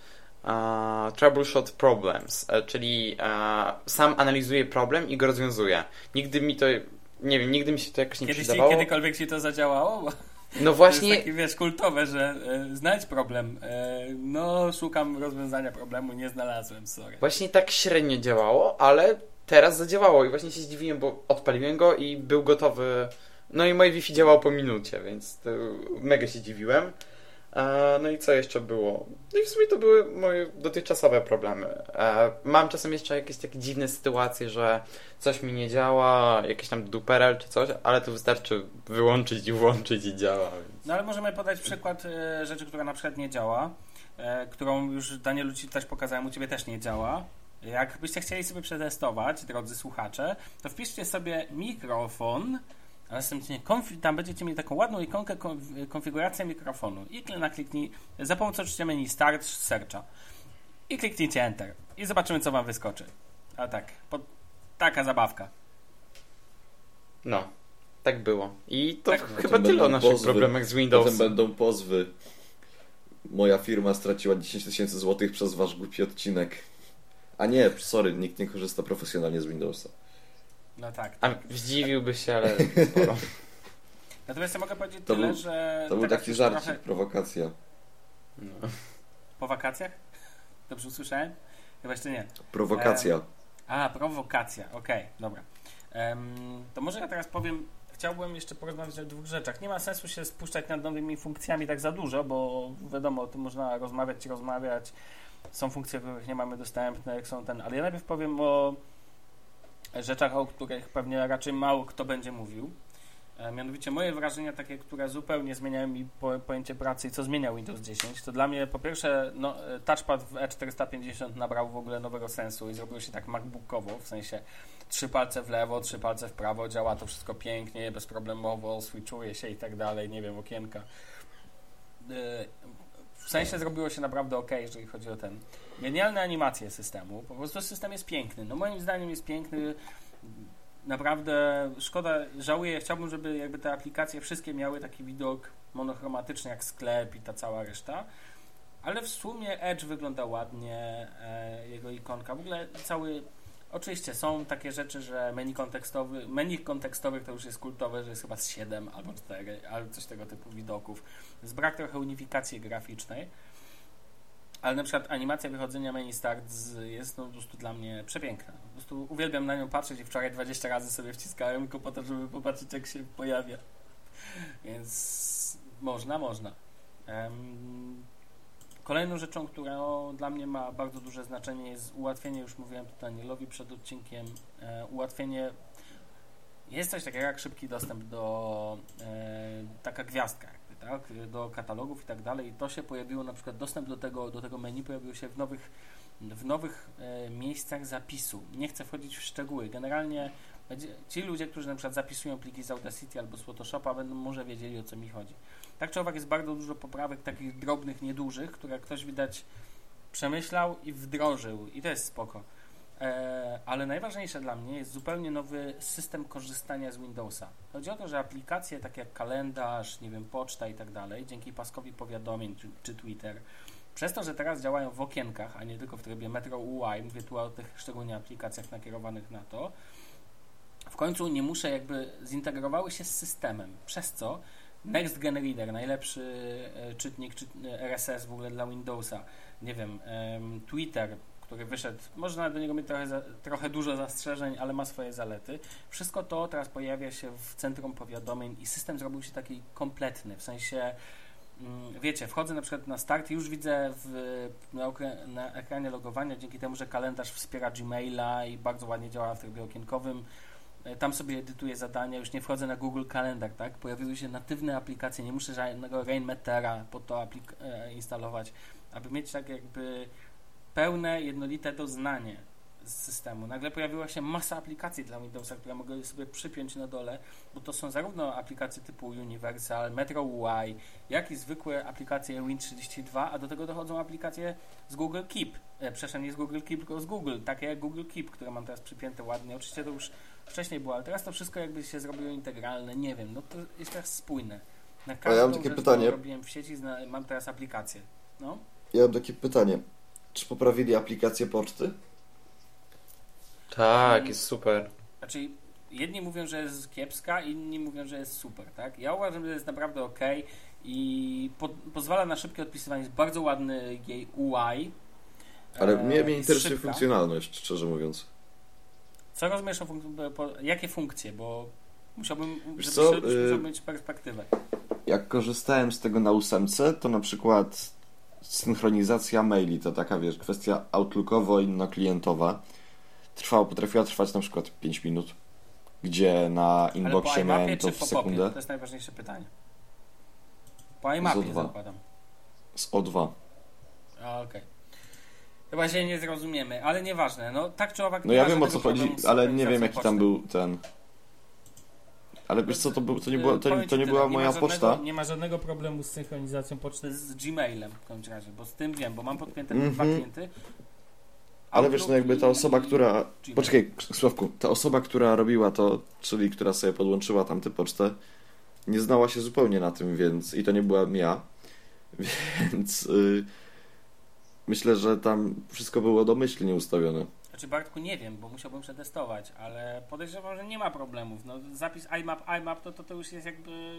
E, troubleshoot problems, e, czyli e, sam analizuje problem i go rozwiązuje. Nigdy mi to, nie wiem, nigdy mi się to jakoś nie Kiedyś ci, przydawało. kiedykolwiek ci to zadziałało? Bo No to właśnie, jest takie, wiesz, kultowe, że e, znajdź problem. E, no, szukam rozwiązania problemu, nie znalazłem, sorry. Właśnie tak średnio działało, ale teraz zadziałało i właśnie się zdziwiłem, bo odpaliłem go i był gotowy. No i moje Wi-Fi działało po minucie, więc to mega się dziwiłem. E, No i co jeszcze było? No i w sumie to były moje dotychczasowe problemy. E, Mam czasem jeszcze jakieś takie dziwne sytuacje, że coś mi nie działa, jakiś tam duperel czy coś, ale to wystarczy wyłączyć i włączyć i działa. Więc... No ale możemy podać przykład e, rzeczy, która na przykład nie działa, e, którą już Danielu ci też pokazałem, u ciebie też nie działa. Jakbyście chcieli sobie przetestować, drodzy słuchacze, to wpiszcie sobie mikrofon, a następnie konfi- tam będziecie mieli taką ładną ikonkę konf- konfigurację mikrofonu i nakliknij za pomocą oczywiście menu Start Searcha i kliknijcie Enter i zobaczymy, co wam wyskoczy. A tak, po, taka zabawka. No, tak było. I to Tak, chyba potem tyle o będą naszych pozwy. problemach z Potem Windowsem. będą pozwy. Moja firma straciła dziesięć tysięcy złotych przez wasz głupi odcinek. A nie, sorry, nikt nie korzysta profesjonalnie z Windowsa. No tak. A zdziwiłby się, ale sporo. Natomiast ja mogę powiedzieć To tyle, był- że... To był teraz taki już żarcik, trochę- prowokacja. No. Po wakacjach? Dobrze usłyszałem? Chyba jeszcze nie. Prowokacja. A, prowokacja. Okej, dobra. Em, to może ja teraz powiem... Chciałbym jeszcze porozmawiać o dwóch rzeczach. Nie ma sensu się spuszczać nad nowymi funkcjami tak za dużo, bo wiadomo, o tym można rozmawiać i rozmawiać. Są funkcje, których nie mamy dostępne, jak są ten... Ale ja najpierw powiem o rzeczach, o których pewnie raczej mało kto będzie mówił. E, mianowicie moje wrażenia takie, które zupełnie zmieniają mi po, pojęcie pracy i co zmieniał Windows dziesięć, to dla mnie po pierwsze no, e, touchpad w E czterysta pięćdziesiąt nabrał w ogóle nowego sensu i zrobiło się tak macbookowo, w sensie trzy palce w lewo, trzy palce w prawo, działa to wszystko pięknie, bezproblemowo, switchuje się i tak dalej, nie wiem, okienka. E, w sensie zrobiło się naprawdę ok, jeżeli chodzi o ten. Genialne animacje systemu, po prostu system jest piękny, no moim zdaniem jest piękny. Naprawdę szkoda, żałuję, chciałbym, żeby jakby te aplikacje wszystkie miały taki widok monochromatyczny jak sklep i ta cała reszta, ale w sumie Edge wygląda ładnie, e, jego ikonka, w ogóle cały, oczywiście są takie rzeczy, że menu kontekstowy, menu kontekstowych to już jest kultowe, że jest chyba z siedem albo cztery, ale coś tego typu widoków, jest brak trochę unifikacji graficznej. Ale na przykład animacja wychodzenia menu start z, jest no, po prostu dla mnie przepiękna. Po prostu uwielbiam na nią patrzeć i wczoraj dwadzieścia razy sobie wciskałem tylko po to, żeby popatrzeć jak się pojawia. Więc można, można. Um, kolejną rzeczą, która o, dla mnie ma bardzo duże znaczenie jest ułatwienie, już mówiłem tutaj Danielowi przed odcinkiem, e, ułatwienie, jest coś takiego jak szybki dostęp do e, taka gwiazdka. Tak, do katalogów i tak dalej. I to się pojawiło, na przykład dostęp do tego, do tego menu pojawił się w nowych, w nowych e, miejscach zapisu. Nie chcę wchodzić w szczegóły. Generalnie będzie, ci ludzie, którzy na przykład zapisują pliki z Audacity albo z Photoshopa, będą może wiedzieli, o co mi chodzi. Tak czy owak jest bardzo dużo poprawek takich drobnych, niedużych, które ktoś widać przemyślał i wdrożył. I to jest spoko. E, ale najważniejsze dla mnie jest zupełnie nowy system korzystania z Windowsa. Chodzi o to, że aplikacje takie jak kalendarz, nie wiem, poczta i tak dalej, dzięki paskowi powiadomień czy, czy Twitter, przez to, że teraz działają w okienkach, a nie tylko w trybie Metro U I, mówię tu o tych szczególnie aplikacjach nakierowanych na to, w końcu nie muszę jakby zintegrowały się z systemem, przez co Next Gen Reader, najlepszy e, czytnik czy, e, R S S w ogóle dla Windowsa, nie wiem, e, Twitter, który wyszedł, można do niego mieć trochę, za, trochę dużo zastrzeżeń, ale ma swoje zalety. Wszystko to teraz pojawia się w centrum powiadomień i system zrobił się taki kompletny, w sensie mm, wiecie, wchodzę na przykład na start i już widzę w, na, okre, na ekranie logowania, dzięki temu, że kalendarz wspiera Gmaila i bardzo ładnie działa w trybie okienkowym, tam sobie edytuję zadania, już nie wchodzę na Google Kalendar, tak? Pojawiły się natywne aplikacje, nie muszę żadnego Rainmetera po to aplik- e, instalować, aby mieć tak jakby pełne, jednolite doznanie z systemu. Nagle pojawiła się masa aplikacji dla Windowsa, które mogę sobie przypiąć na dole, bo to są zarówno aplikacje typu Universal, Metro U I, jak i zwykłe aplikacje Win trzydzieści dwa, a do tego dochodzą aplikacje z Google Keep. E, przepraszam, nie z Google Keep, tylko z Google, takie jak Google Keep, które mam teraz przypięte ładnie. Oczywiście to już wcześniej było, ale teraz to wszystko jakby się zrobiło integralne, nie wiem, no to jest teraz spójne. Na każdą ja mam takie rzecz, pytanie. którą robiłem w sieci, zna, mam teraz aplikację. No? Ja mam takie pytanie. Czy poprawili aplikację poczty? Tak, jest super. Znaczy, jedni mówią, że jest kiepska, inni mówią, że jest super, tak? Ja uważam, że jest naprawdę ok i po, pozwala na szybkie odpisywanie. Jest bardzo ładny jej U I. Ale e, mnie, mnie interesuje szybka. funkcjonalność, szczerze mówiąc. Co rozumiesz o funk- po, jakie funkcje? Bo musiałbym, Wiesz żeby co, się, y- musiał mieć perspektywę. Jak korzystałem z tego na ósemce, to na przykład synchronizacja maili, to taka, wiesz, kwestia outlookowo-innoklientowa trwała, potrafiła trwać na przykład pięć minut, gdzie na inboxie Ale po miałem iMapie to czy w po sekundę. popie? To jest najważniejsze pytanie. Po iMapie dwa. zakładam. Z O dwa. A, okej. Okay. Chyba się nie zrozumiemy, ale nieważne. No tak czy owak. No nie ja ma wiem o co żadnego chodzi, problemu z ale nie wiem synchronizacją jaki tam poczty. był ten... Ale wiesz co, to, był, to nie, było, to, Powiem to ci nie tyle, była ma moja żadnego, poczta. Nie ma żadnego problemu z synchronizacją poczty z Gmailem w końcu razie, bo z tym wiem, bo mam podpięte Mhm. dwa klienty, Ale wiesz, no jakby ta osoba, która... Gmail. Poczekaj, Sławku, ta osoba, która robiła to, czyli która sobie podłączyła tam tę pocztę, nie znała się zupełnie na tym, więc... I to nie była ja. Więc yy, myślę, że tam wszystko było domyślnie ustawione. Znaczy Bartku nie wiem, bo musiałbym przetestować, ale podejrzewam, że nie ma problemów. No, zapis I M A P, I M A P to, to, to już jest jakby...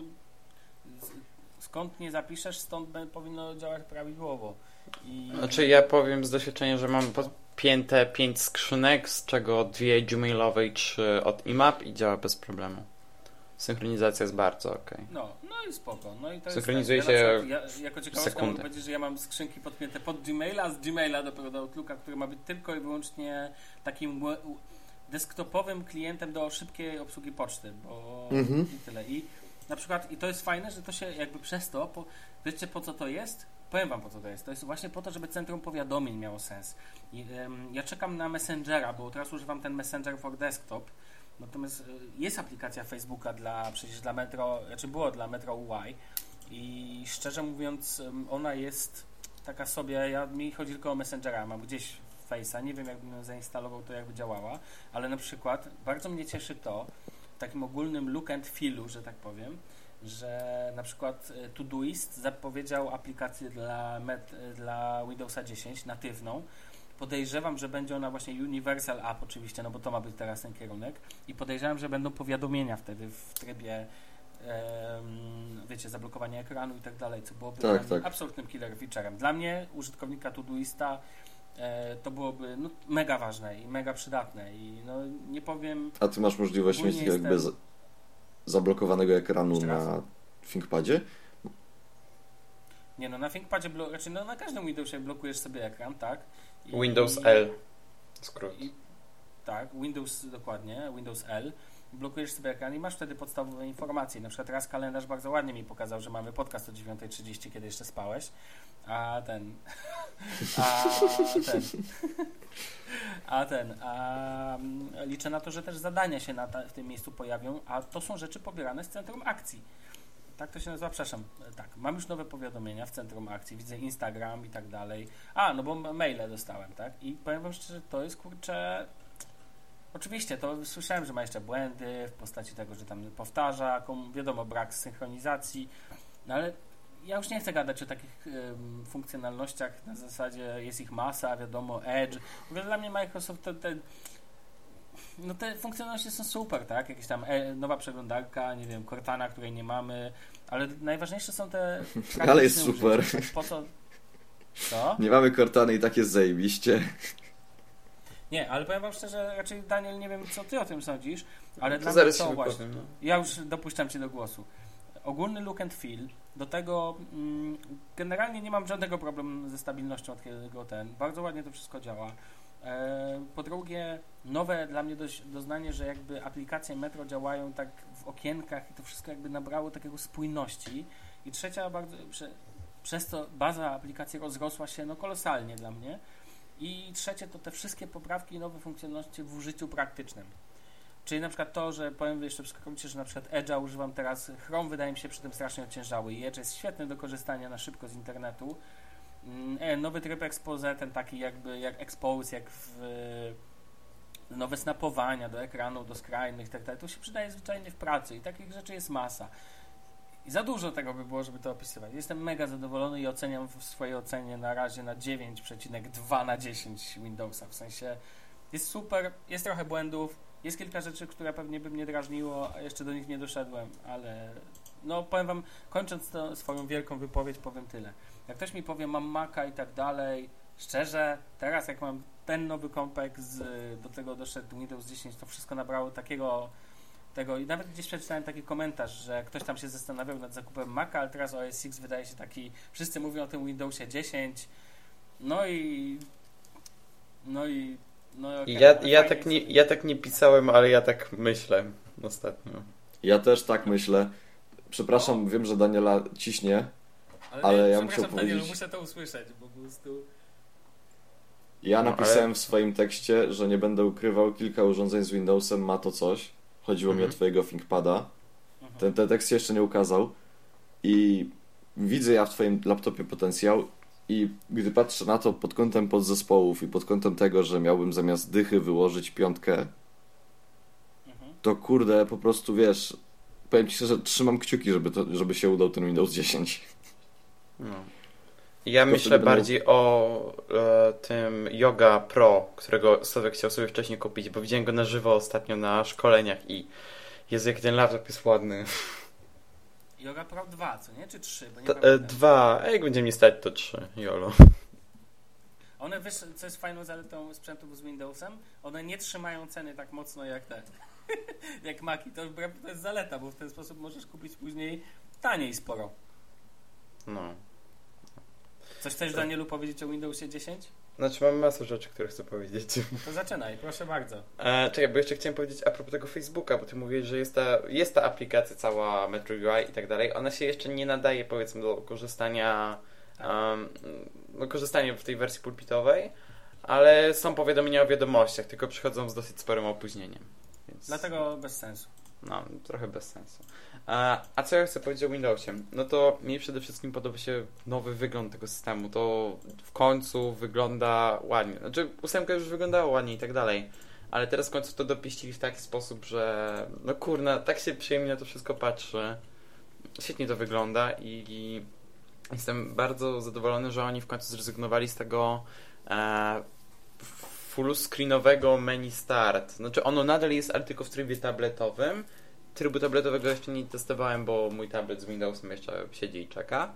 Skąd nie zapiszesz, stąd powinno działać prawidłowo. I... Znaczy ja powiem z doświadczenia, że mam podpięte pięć skrzynek, z czego dwie Gmailowe i trzy od I M A P i działa bez problemu. Synchronizacja jest bardzo okej. Okay. No, no i spoko. No i to Synchronizuje jest, się ja, przykład, ja jako ciekawostka sekundę. mogę powiedzieć, że ja mam skrzynki podpięte pod Gmaila, a z Gmaila dopiero do Outlooka, który ma być tylko i wyłącznie takim desktopowym klientem do szybkiej obsługi poczty, bo Mhm. i tyle. I na przykład, i to jest fajne, że to się jakby przez to, po, wiecie po co to jest? Powiem wam po co to jest. To jest właśnie po to, żeby centrum powiadomień miało sens. I, ym, ja czekam na Messengera, bo teraz używam ten Messenger for Desktop. Natomiast y, jest aplikacja Facebooka dla, przecież dla Metro, znaczy było dla Metro U I i szczerze mówiąc ym, ona jest taka sobie, ja, mi chodzi tylko o Messengera, mam gdzieś Face'a, nie wiem jakbym ją zainstalował, to jakby działała, ale na przykład bardzo mnie cieszy to, w takim ogólnym look and feelu, że tak powiem, że na przykład Todoist zapowiedział aplikację dla, Met, dla Windowsa dziesięć natywną. Podejrzewam, że będzie ona właśnie Universal App oczywiście, no bo to ma być teraz ten kierunek i podejrzewam, że będą powiadomienia wtedy w trybie um, wiecie, zablokowania ekranu i tak dalej, co byłoby Tak, tak. absolutnym killer featurem. Dla mnie, użytkownika Todoista, e, to byłoby no, mega ważne i mega przydatne i no nie powiem... A ty masz możliwość mieć Ogólnie jakby jestem- z, zablokowanego ekranu Jeszcze raz? na ThinkPadzie? Nie no, na ThinkPadzie, blo- znaczy no na każdym Windowsie blokujesz sobie ekran, tak? I, Windows i, L. Skrót. I, tak, Windows dokładnie, Windows L. Blokujesz sobie ekran i masz wtedy podstawowe informacje. Na przykład teraz kalendarz bardzo ładnie mi pokazał, że mamy podcast o dziewiąta trzydzieści, kiedy jeszcze spałeś. A ten... A ten... A ten... A liczę na to, że też zadania się na ta, w tym miejscu pojawią, a to są rzeczy pobierane z Centrum Akcji. Tak to się nazywa, przepraszam. Tak, mam już nowe powiadomienia w Centrum Akcji, widzę Instagram i tak dalej. A, no bo maile dostałem, tak? I powiem wam szczerze, to jest kurczę... Oczywiście, to słyszałem, że ma jeszcze błędy w postaci tego, że tam powtarza, wiadomo, brak synchronizacji, no ale ja już nie chcę gadać o takich um, funkcjonalnościach na zasadzie jest ich masa, wiadomo, Edge. W ogóle dla mnie Microsoft te, te, no te funkcjonalności są super, tak? Jakieś tam e, nowa przeglądarka, nie wiem, Cortana, której nie mamy, ale najważniejsze są te Ale jest super. Użycie. Po co? Co? Nie mamy Cortany i tak jest zajebiście. Nie, ale powiem wam szczerze, raczej Daniel, nie wiem co ty o tym sądzisz, ale To dla mnie zaraz to się właśnie, wypowiem. No. ja już dopuszczam cię do głosu. Ogólny look and feel, do tego mm, generalnie nie mam żadnego problemu ze stabilnością od kiedy ten, bardzo ładnie to wszystko działa. E, po drugie, nowe dla mnie dość, doznanie, że jakby aplikacje Metro działają tak w okienkach i to wszystko jakby nabrało takiego spójności. I trzecia, bardzo, prze, przez to baza aplikacji rozrosła się no kolosalnie dla mnie. I trzecie to te wszystkie poprawki i nowe funkcjonalności w użyciu praktycznym. Czyli na przykład to, że powiem jeszcze w skrócie, że na przykład Edge'a używam teraz, Chrome wydaje mi się przy tym strasznie ociężały i Edge jest świetny do korzystania na szybko z internetu. E, nowy tryb expose, ten taki jakby jak expose, jak w e, nowe snapowania do ekranu, do skrajnych, tak dalej, to się przydaje zwyczajnie w pracy i takich rzeczy jest masa. I za dużo tego by było, żeby to opisywać. Jestem mega zadowolony i oceniam w swojej ocenie na razie na dziewięć przecinek dwa na dziesięć Windowsa. W sensie jest super, jest trochę błędów, jest kilka rzeczy, które pewnie by mnie drażniło, a jeszcze do nich nie doszedłem, ale no powiem wam, kończąc to, swoją wielką wypowiedź, powiem tyle. Jak ktoś mi powie, mam Maca i tak dalej, szczerze, teraz jak mam ten nowy kompek, z, do tego doszedł Windows dziesięć, to wszystko nabrało takiego tego i nawet gdzieś przeczytałem taki komentarz, że ktoś tam się zastanawiał nad zakupem Maca, ale teraz O S X wydaje się taki, wszyscy mówią o tym Windowsie dziesięć, no i no i no okay, Ja, ja, fajnie tak nie, sobie. ja tak nie pisałem, ale ja tak myślę ostatnio. Ja też tak myślę. Przepraszam, wiem, że Daniela ciśnie. ale, ale nie, ja bym przepraszam, chciał Danielu, powiedzieć- muszę to usłyszeć, bo po prostu Ja No, napisałem ale- w swoim tekście, że nie będę ukrywał, kilka urządzeń z Windowsem ma to coś. Chodziło mi Mhm. o twojego ThinkPada. mhm. Ten, ten tekst się jeszcze nie ukazał. I widzę ja w twoim laptopie potencjał. I gdy patrzę na to pod kątem podzespołów i pod kątem tego, że miałbym zamiast dychy wyłożyć piątkę, Mhm. to kurde, po prostu wiesz, powiem ci szczerze, trzymam kciuki, żeby, to, żeby się udał ten Windows dziesięć. No. Ja Tylko myślę wtedy będą- bardziej o e, tym Yoga Pro, którego Sławek chciał sobie wcześniej kupić, bo widziałem go na żywo ostatnio na szkoleniach i Jezu, jaki ten laptop jest ładny. Yoga Pro dwa, co nie? Czy trzy? Bo nie To, e, pamiętam. dwa, a jak będzie mi stać, to trzy, jolo. One, wiesz, co jest fajną zaletą sprzętów z Windowsem? One nie trzymają ceny tak mocno jak te. Jak Maki. To, to jest zaleta, bo w ten sposób możesz kupić później taniej sporo. No. Coś chcesz, Danielu, powiedzieć o Windowsie dziesięć? Znaczy mam masę rzeczy, które chcę powiedzieć. To zaczynaj, proszę bardzo. E, czekaj, bo jeszcze chciałem powiedzieć a propos tego Facebooka, bo ty mówiłeś, że jest ta, jest ta aplikacja cała Metro U I i tak dalej. Ona się jeszcze nie nadaje, powiedzmy, do korzystania um, do korzystania w tej wersji pulpitowej, ale są powiadomienia o wiadomościach, tylko przychodzą z dosyć sporym opóźnieniem. Więc, Dlatego bez sensu. no, trochę bez sensu. A, a co ja chcę powiedzieć o Windowsie? No to mi przede wszystkim podoba się nowy wygląd tego systemu. To w końcu wygląda ładnie. Znaczy, ósemka już wyglądała ładnie i tak dalej, ale teraz w końcu to dopieścili w taki sposób, że no kurna, tak się przyjemnie na to wszystko patrzy. Świetnie to wygląda i, i jestem bardzo zadowolony, że oni w końcu zrezygnowali z tego e, full-screenowego menu start. Znaczy ono nadal jest, ale tylko w trybie tabletowym. Trybu tabletowego jeszcze nie testowałem, bo mój tablet z Windowsem jeszcze siedzi i czeka.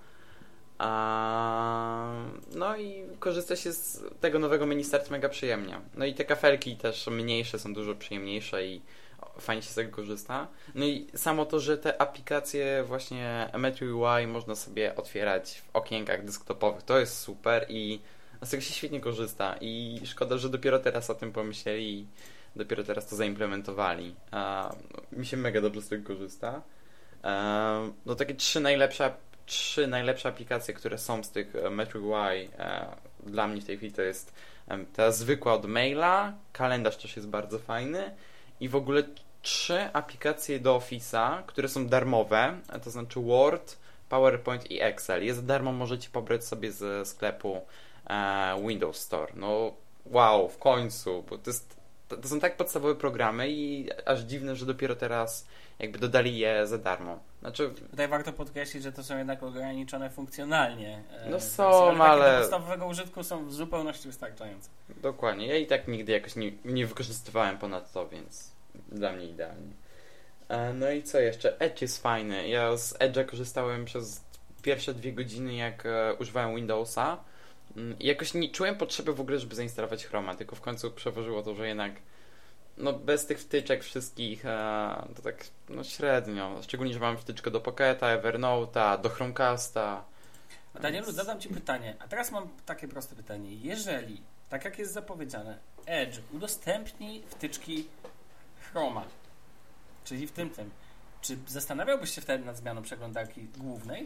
A, no i korzysta się z tego nowego menu start mega przyjemnie. No i te kafelki też mniejsze są dużo przyjemniejsze i fajnie się z tego korzysta. No i samo to, że te aplikacje właśnie Metro U I można sobie otwierać w okienkach desktopowych, to jest super i z tego się świetnie korzysta i szkoda, że dopiero teraz o tym pomyśleli i dopiero teraz to zaimplementowali. A, no, mi się mega dobrze z tego korzysta. A, no takie trzy najlepsze, trzy najlepsze aplikacje, które są z tych Metro U I e, dla mnie w tej chwili to jest e, ta zwykła od maila, kalendarz też jest bardzo fajny i w ogóle trzy aplikacje do Office'a, które są darmowe, to znaczy Word, PowerPoint i Excel. Je za darmo możecie pobrać sobie ze sklepu e, Windows Store. No wow, w końcu, bo to jest To, to są tak podstawowe programy i aż dziwne, że dopiero teraz jakby dodali je za darmo. Znaczy, Tutaj warto podkreślić, że to są jednak ograniczone funkcjonalnie. e, No wersje, są, ale... takie ale- do podstawowego użytku są w zupełności wystarczające. dokładnie. Ja i tak nigdy jakoś nie, nie wykorzystywałem ponad to, więc dla mnie idealnie. E, No i co jeszcze? Edge jest fajny. Ja z Edge'a korzystałem przez pierwsze dwie godziny, jak e, używałem Windowsa. Mm, I jakoś nie czułem potrzeby w ogóle, żeby zainstalować Chroma, tylko w końcu przeważyło to, że jednak no bez tych wtyczek wszystkich e, to tak no średnio. Szczególnie, że mam wtyczkę do Pocketa, Evernote'a, do Chromecasta. A Danielu, zadam Ci pytanie. A teraz mam takie proste pytanie. Jeżeli, tak jak jest zapowiedziane, Edge udostępni wtyczki Chroma, czyli w tym tym, czy zastanawiałbyś się wtedy nad zmianą przeglądarki głównej?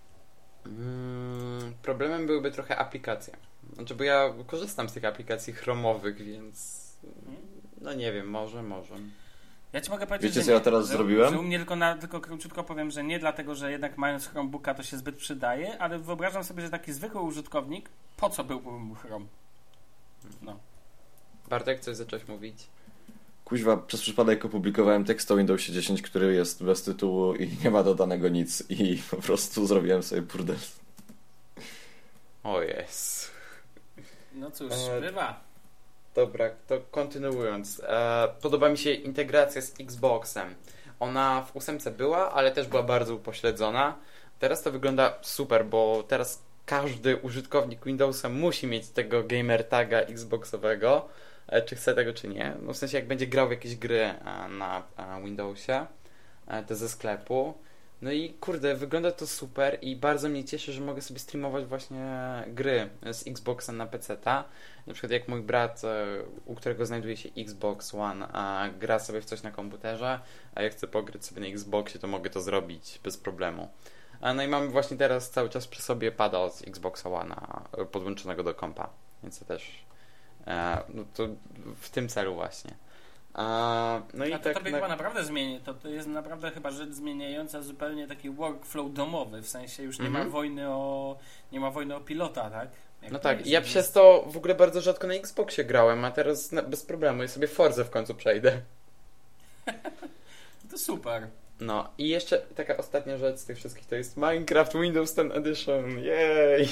Mm, problemem byłyby trochę aplikacje. Znaczy, bo ja korzystam z tych aplikacji chromowych, więc no nie wiem, może, może. Ja Ci mogę powiedzieć, Wiecie, że co ja nie, teraz że, zrobiłem? Że u mnie tylko, na, tylko króciutko powiem, że nie dlatego, że jednak mając Chromebooka to się zbyt przydaje, ale wyobrażam sobie, że taki zwykły użytkownik, po co byłby mu Chrome? No. Bartek, coś zacząłeś mówić? Kuźwa, przez przypadek opublikowałem tekst o Windowsie dziesięć, który jest bez tytułu i nie ma dodanego nic i po prostu zrobiłem sobie burdel. O jest. No cóż, E, bywa. Dobra, to kontynuując. E, podoba mi się integracja z Xboxem. Ona w ósemce była, ale też była bardzo upośledzona. Teraz to wygląda super, bo teraz każdy użytkownik Windowsa musi mieć tego gamer taga Xboxowego, e, czy chce tego, czy nie. No w sensie, jak będzie grał w jakieś gry e, na e, Windowsie, e, te ze sklepu. No i kurde, wygląda to super i bardzo mnie cieszy, że mogę sobie streamować właśnie gry z Xboxa na peceta. Na przykład jak mój brat, e, u którego znajduje się Xbox One, a gra sobie w coś na komputerze, a ja chcę pograć sobie na Xboxie, to mogę to zrobić bez problemu. A no i mam właśnie teraz cały czas przy sobie pada z Xboxa One podłączonego do kompa, więc to też e, no to w tym celu właśnie. A, no i A to tak tobie na... chyba naprawdę zmieni. To, to jest naprawdę chyba rzecz zmieniająca zupełnie taki workflow domowy. W sensie już nie Mhm. ma wojny o nie ma wojny o pilota, tak? Jak No to tak, jest, ja jest- przez to w ogóle bardzo rzadko na Xboxie grałem, a teraz na, bez problemu i sobie Forzę w końcu przejdę. To super. No i jeszcze taka ostatnia rzecz z tych wszystkich to jest Minecraft Windows ten Edition. Jej!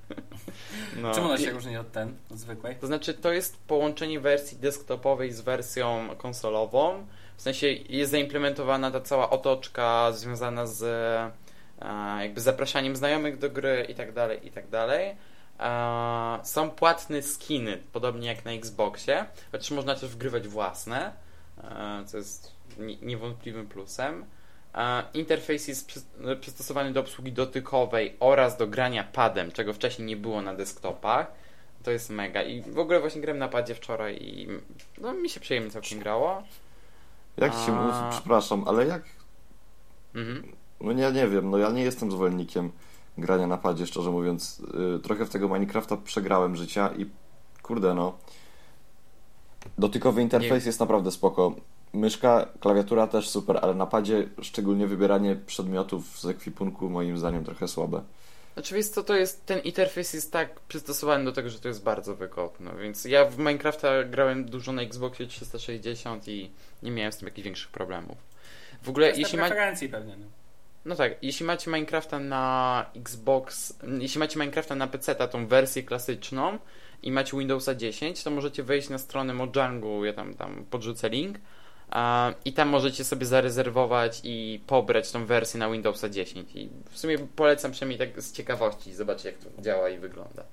No. Czym ona I- się różni od ten, od zwykłej? To znaczy, to jest połączenie wersji desktopowej z wersją konsolową. W sensie jest zaimplementowana ta cała otoczka związana z e, jakby zapraszaniem znajomych do gry i tak dalej, i tak dalej. E, są płatne skiny, podobnie jak na Xboxie, chociaż można też wgrywać własne, e, co jest ni- niewątpliwym plusem. E, interfejs jest przy, przystosowany do obsługi dotykowej oraz do grania padem, czego wcześniej nie było na desktopach. To jest mega. I w ogóle właśnie grałem na padzie wczoraj i no, mi się przyjemnie całkiem grało. Jak ci się A- mówi, przepraszam, ale jak... Mhm. No ja nie wiem, no ja nie jestem zwolennikiem grania na padzie, szczerze mówiąc. Yy, trochę w tego Minecrafta przegrałem życia i kurde no. Dotykowy interfejs Nie. jest naprawdę spoko. Myszka, klawiatura też super, ale na padzie szczególnie wybieranie przedmiotów z ekwipunku moim zdaniem trochę słabe. Znaczy wiesz co, to jest, ten interfejs jest tak przystosowany do tego, że to jest bardzo wygodne, więc ja w Minecrafta grałem dużo na Xboxie trzysta sześćdziesiąt i nie miałem z tym jakichś większych problemów. W ogóle Kwestia jeśli ma... preferencji pewnie. No. No tak, jeśli macie Minecrafta na Xbox, jeśli macie Minecrafta na peceta, tą wersję klasyczną i macie Windowsa dziesięć, to możecie wejść na stronę Mojangu, ja tam, tam podrzucę link a, i tam możecie sobie zarezerwować i pobrać tą wersję na Windowsa dziesięć i w sumie polecam przynajmniej tak z ciekawości zobaczyć jak to działa i wygląda.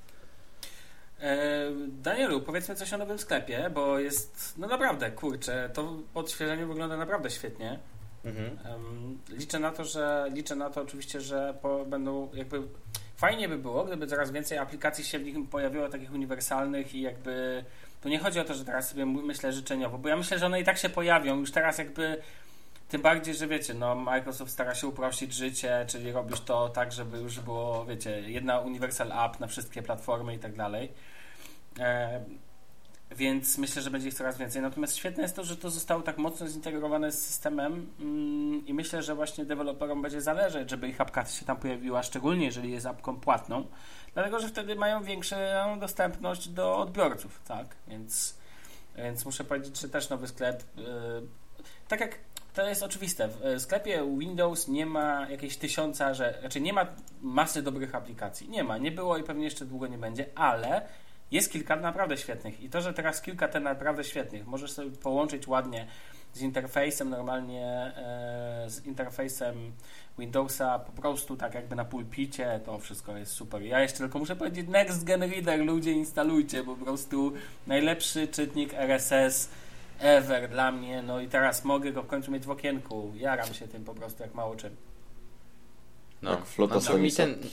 E, Danielu, powiedzmy coś o nowym sklepie, bo jest, no naprawdę, kurczę, to odświeżenie wygląda naprawdę świetnie. Mhm. Em, liczę na to, że liczę na to oczywiście, że po, będą jakby fajnie by było, gdyby coraz więcej aplikacji się w nich pojawiło takich uniwersalnych i jakby to nie chodzi o to, że teraz sobie myślę życzeniowo, bo ja myślę, że one i tak się pojawią już teraz jakby tym bardziej, że wiecie, no Microsoft stara się uprościć życie, czyli robisz to tak, żeby już było, wiecie, jedna universal app na wszystkie platformy i tak dalej. E, Więc myślę, że będzie ich coraz więcej. Natomiast świetne jest to, że to zostało tak mocno zintegrowane z systemem mm, i myślę, że właśnie deweloperom będzie zależeć, żeby ich apka się tam pojawiła, szczególnie jeżeli jest apką płatną, dlatego, że wtedy mają większą dostępność do odbiorców, tak? Więc, więc muszę powiedzieć, że też nowy sklep, yy, tak jak to jest oczywiste, w sklepie Windows nie ma jakiejś tysiąca, że, znaczy nie ma masy dobrych aplikacji. Nie ma, nie było i pewnie jeszcze długo nie będzie, ale jest kilka naprawdę świetnych i to, że teraz kilka te naprawdę świetnych możesz sobie połączyć ładnie z interfejsem normalnie, e, z interfejsem Windowsa po prostu tak jakby na pulpicie, to wszystko jest super. Ja jeszcze tylko muszę powiedzieć Next Gen Reader, ludzie instalujcie, bo po prostu najlepszy czytnik R S S ever dla mnie, no i teraz mogę go w końcu mieć w okienku, jaram się tym po prostu jak mało czym. No, Jak flota no, to mi Stanisa. ten...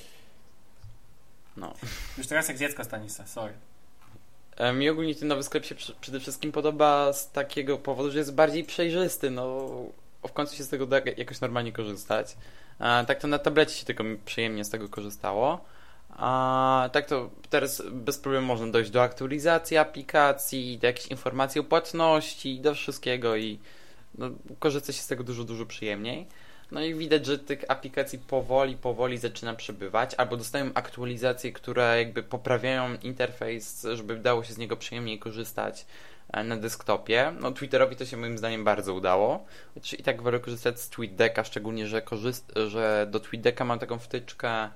No. Już teraz jak dziecko Stanisa, sorry. E, Mi ogólnie ten nowy sklep się przy, przede wszystkim podoba z takiego powodu, że jest bardziej przejrzysty, no w końcu się z tego da jakoś normalnie korzystać. E, tak to na tablecie się tylko przyjemnie z tego korzystało. A tak to teraz bez problemu można dojść do aktualizacji aplikacji, do jakichś informacji o płatności, do wszystkiego i no, korzysta się z tego dużo, dużo przyjemniej. No i widać, że tych aplikacji powoli, powoli zaczyna przybywać, albo dostają aktualizacje, które jakby poprawiają interfejs, żeby dało się z niego przyjemniej korzystać na desktopie. No Twitterowi to się moim zdaniem bardzo udało. Chociaż i tak wolę korzystać z TweetDecka, szczególnie, że, korzyst- że do TweetDecka mam taką wtyczkę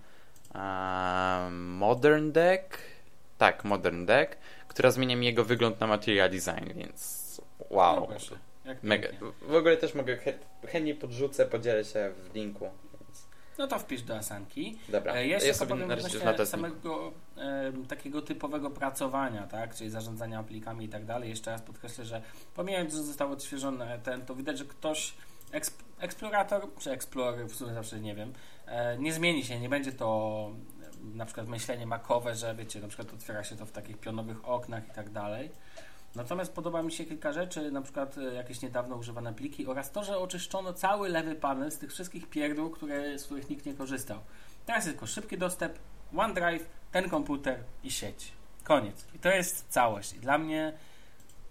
um, Modern Deck. Tak, Modern Deck, która zmienia mi jego wygląd na Material Design, więc wow. No proszę, jak Mega. pięknie. W ogóle też mogę chę- chętnie podrzucę, podzielę się w linku. Więc... No to wpisz do Asanki. Dobra, E, Jeszcze ja ja sobie powiem na razie w odnośnie notatniku. samego e, takiego typowego pracowania, tak, czyli zarządzania aplikami i tak dalej. Jeszcze raz podkreślę, że pomijając, że został odświeżony ten, to widać, że ktoś eksp, eksplorator, czy explorer, w sumie zawsze nie wiem, e, nie zmieni się, nie będzie to e, na przykład myślenie makowe, że wiecie, na przykład otwiera się to w takich pionowych oknach i tak dalej. Natomiast podoba mi się kilka rzeczy, na przykład e, jakieś niedawno używane pliki oraz to, że oczyszczono cały lewy panel z tych wszystkich pierdół, które, z których nikt nie korzystał. Teraz jest tylko szybki dostęp, OneDrive, ten komputer i sieć. Koniec. I to jest całość. I dla mnie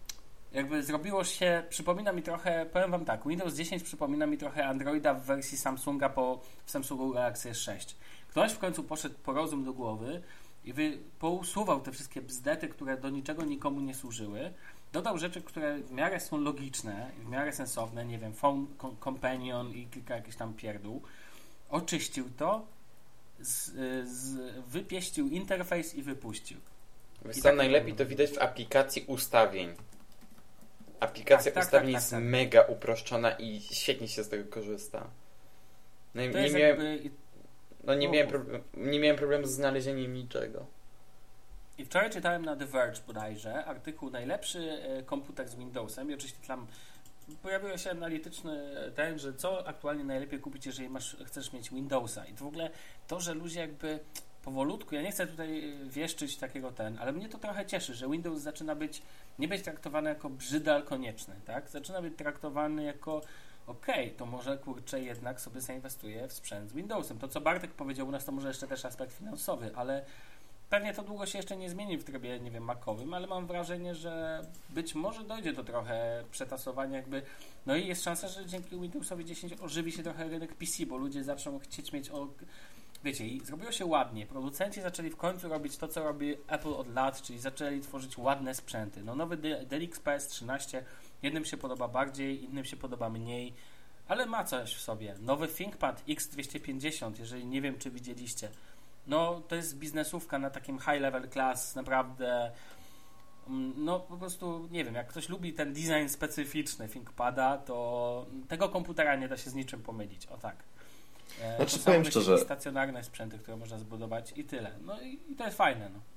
jakby zrobiło się, przypomina mi trochę, powiem wam tak, Windows dziesięć przypomina mi trochę Androida w wersji Samsunga po w Samsungu Galaxy S sześć. Ktoś w końcu poszedł po rozum do głowy i wy, pousuwał te wszystkie bzdety, które do niczego nikomu nie służyły. Dodał rzeczy, które w miarę są logiczne, w miarę sensowne, nie wiem, Phone Companion i kilka jakichś tam pierdół. Oczyścił to, z, z, wypieścił interfejs i wypuścił. Wiesz I co, tak najlepiej to widać w aplikacji ustawień. Aplikacja Tak, tak, ustawień tak, jest tak, tak. mega uproszczona i świetnie się z tego korzysta. No, To nie jest miałem, jakby... no nie, o, miałem o. problem, nie miałem problemu z znalezieniem niczego. I wczoraj czytałem na The Verge bodajże artykuł najlepszy e, komputer z Windowsem i oczywiście tam pojawił się analityczny ten, że co aktualnie najlepiej kupić, jeżeli masz, chcesz mieć Windowsa. I w ogóle to, że ludzie jakby powolutku, ja nie chcę tutaj wieszczyć takiego ten, ale mnie to trochę cieszy, że Windows zaczyna być, nie być traktowany jako brzydal konieczny, tak? Zaczyna być traktowany jako okej, okay, to może kurczę jednak sobie zainwestuję w sprzęt z Windowsem. To co Bartek powiedział u nas, to może jeszcze też aspekt finansowy, ale pewnie to długo się jeszcze nie zmieni w trybie, nie wiem, makowym, ale mam wrażenie, że być może dojdzie do trochę przetasowania jakby, no i jest szansa, że dzięki Windowsowi dziesięć ożywi się trochę rynek P C, bo ludzie zaczną chcieć mieć, o, wiecie, i zrobiło się ładnie. Producenci zaczęli w końcu robić to, co robi Apple od lat, czyli zaczęli tworzyć ładne sprzęty. No nowy D L X P S trzynaście, jednym się podoba bardziej, innym się podoba mniej, ale ma coś w sobie. Nowy ThinkPad X dwieście pięćdziesiąt, jeżeli nie wiem, czy widzieliście. No, to jest biznesówka na takim high level class, naprawdę, no po prostu, nie wiem, jak ktoś lubi ten design specyficzny ThinkPada, to tego komputera nie da się z niczym pomylić, o tak. E, Znaczy, to powiem są szczerze, stacjonarne sprzęty, które można zbudować i tyle. No i, i to jest fajne, no.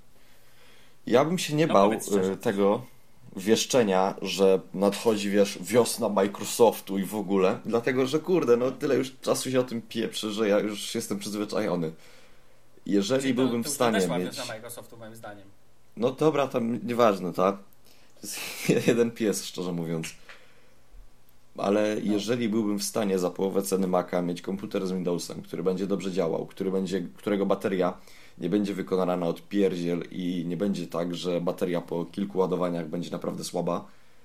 ja bym się nie No, bał powiedz szczerze. y, tego wieszczenia, że nadchodzi, wiesz, wiosna Microsoftu i w ogóle, dlatego, że kurde, no tyle już czasu się o tym pieprzy, że ja już jestem przyzwyczajony. Jeżeli Czyli byłbym to, w to stanie też mieć... na Microsoftu moim zdaniem. No dobra, tam nieważne, tak? To jest jeden pies, szczerze mówiąc. Ale No. jeżeli byłbym w stanie za połowę ceny Maca mieć komputer z Windowsem, który będzie dobrze działał, który będzie, którego bateria nie będzie wykonana na odpierdziel i nie będzie tak, że bateria po kilku ładowaniach będzie naprawdę słaba,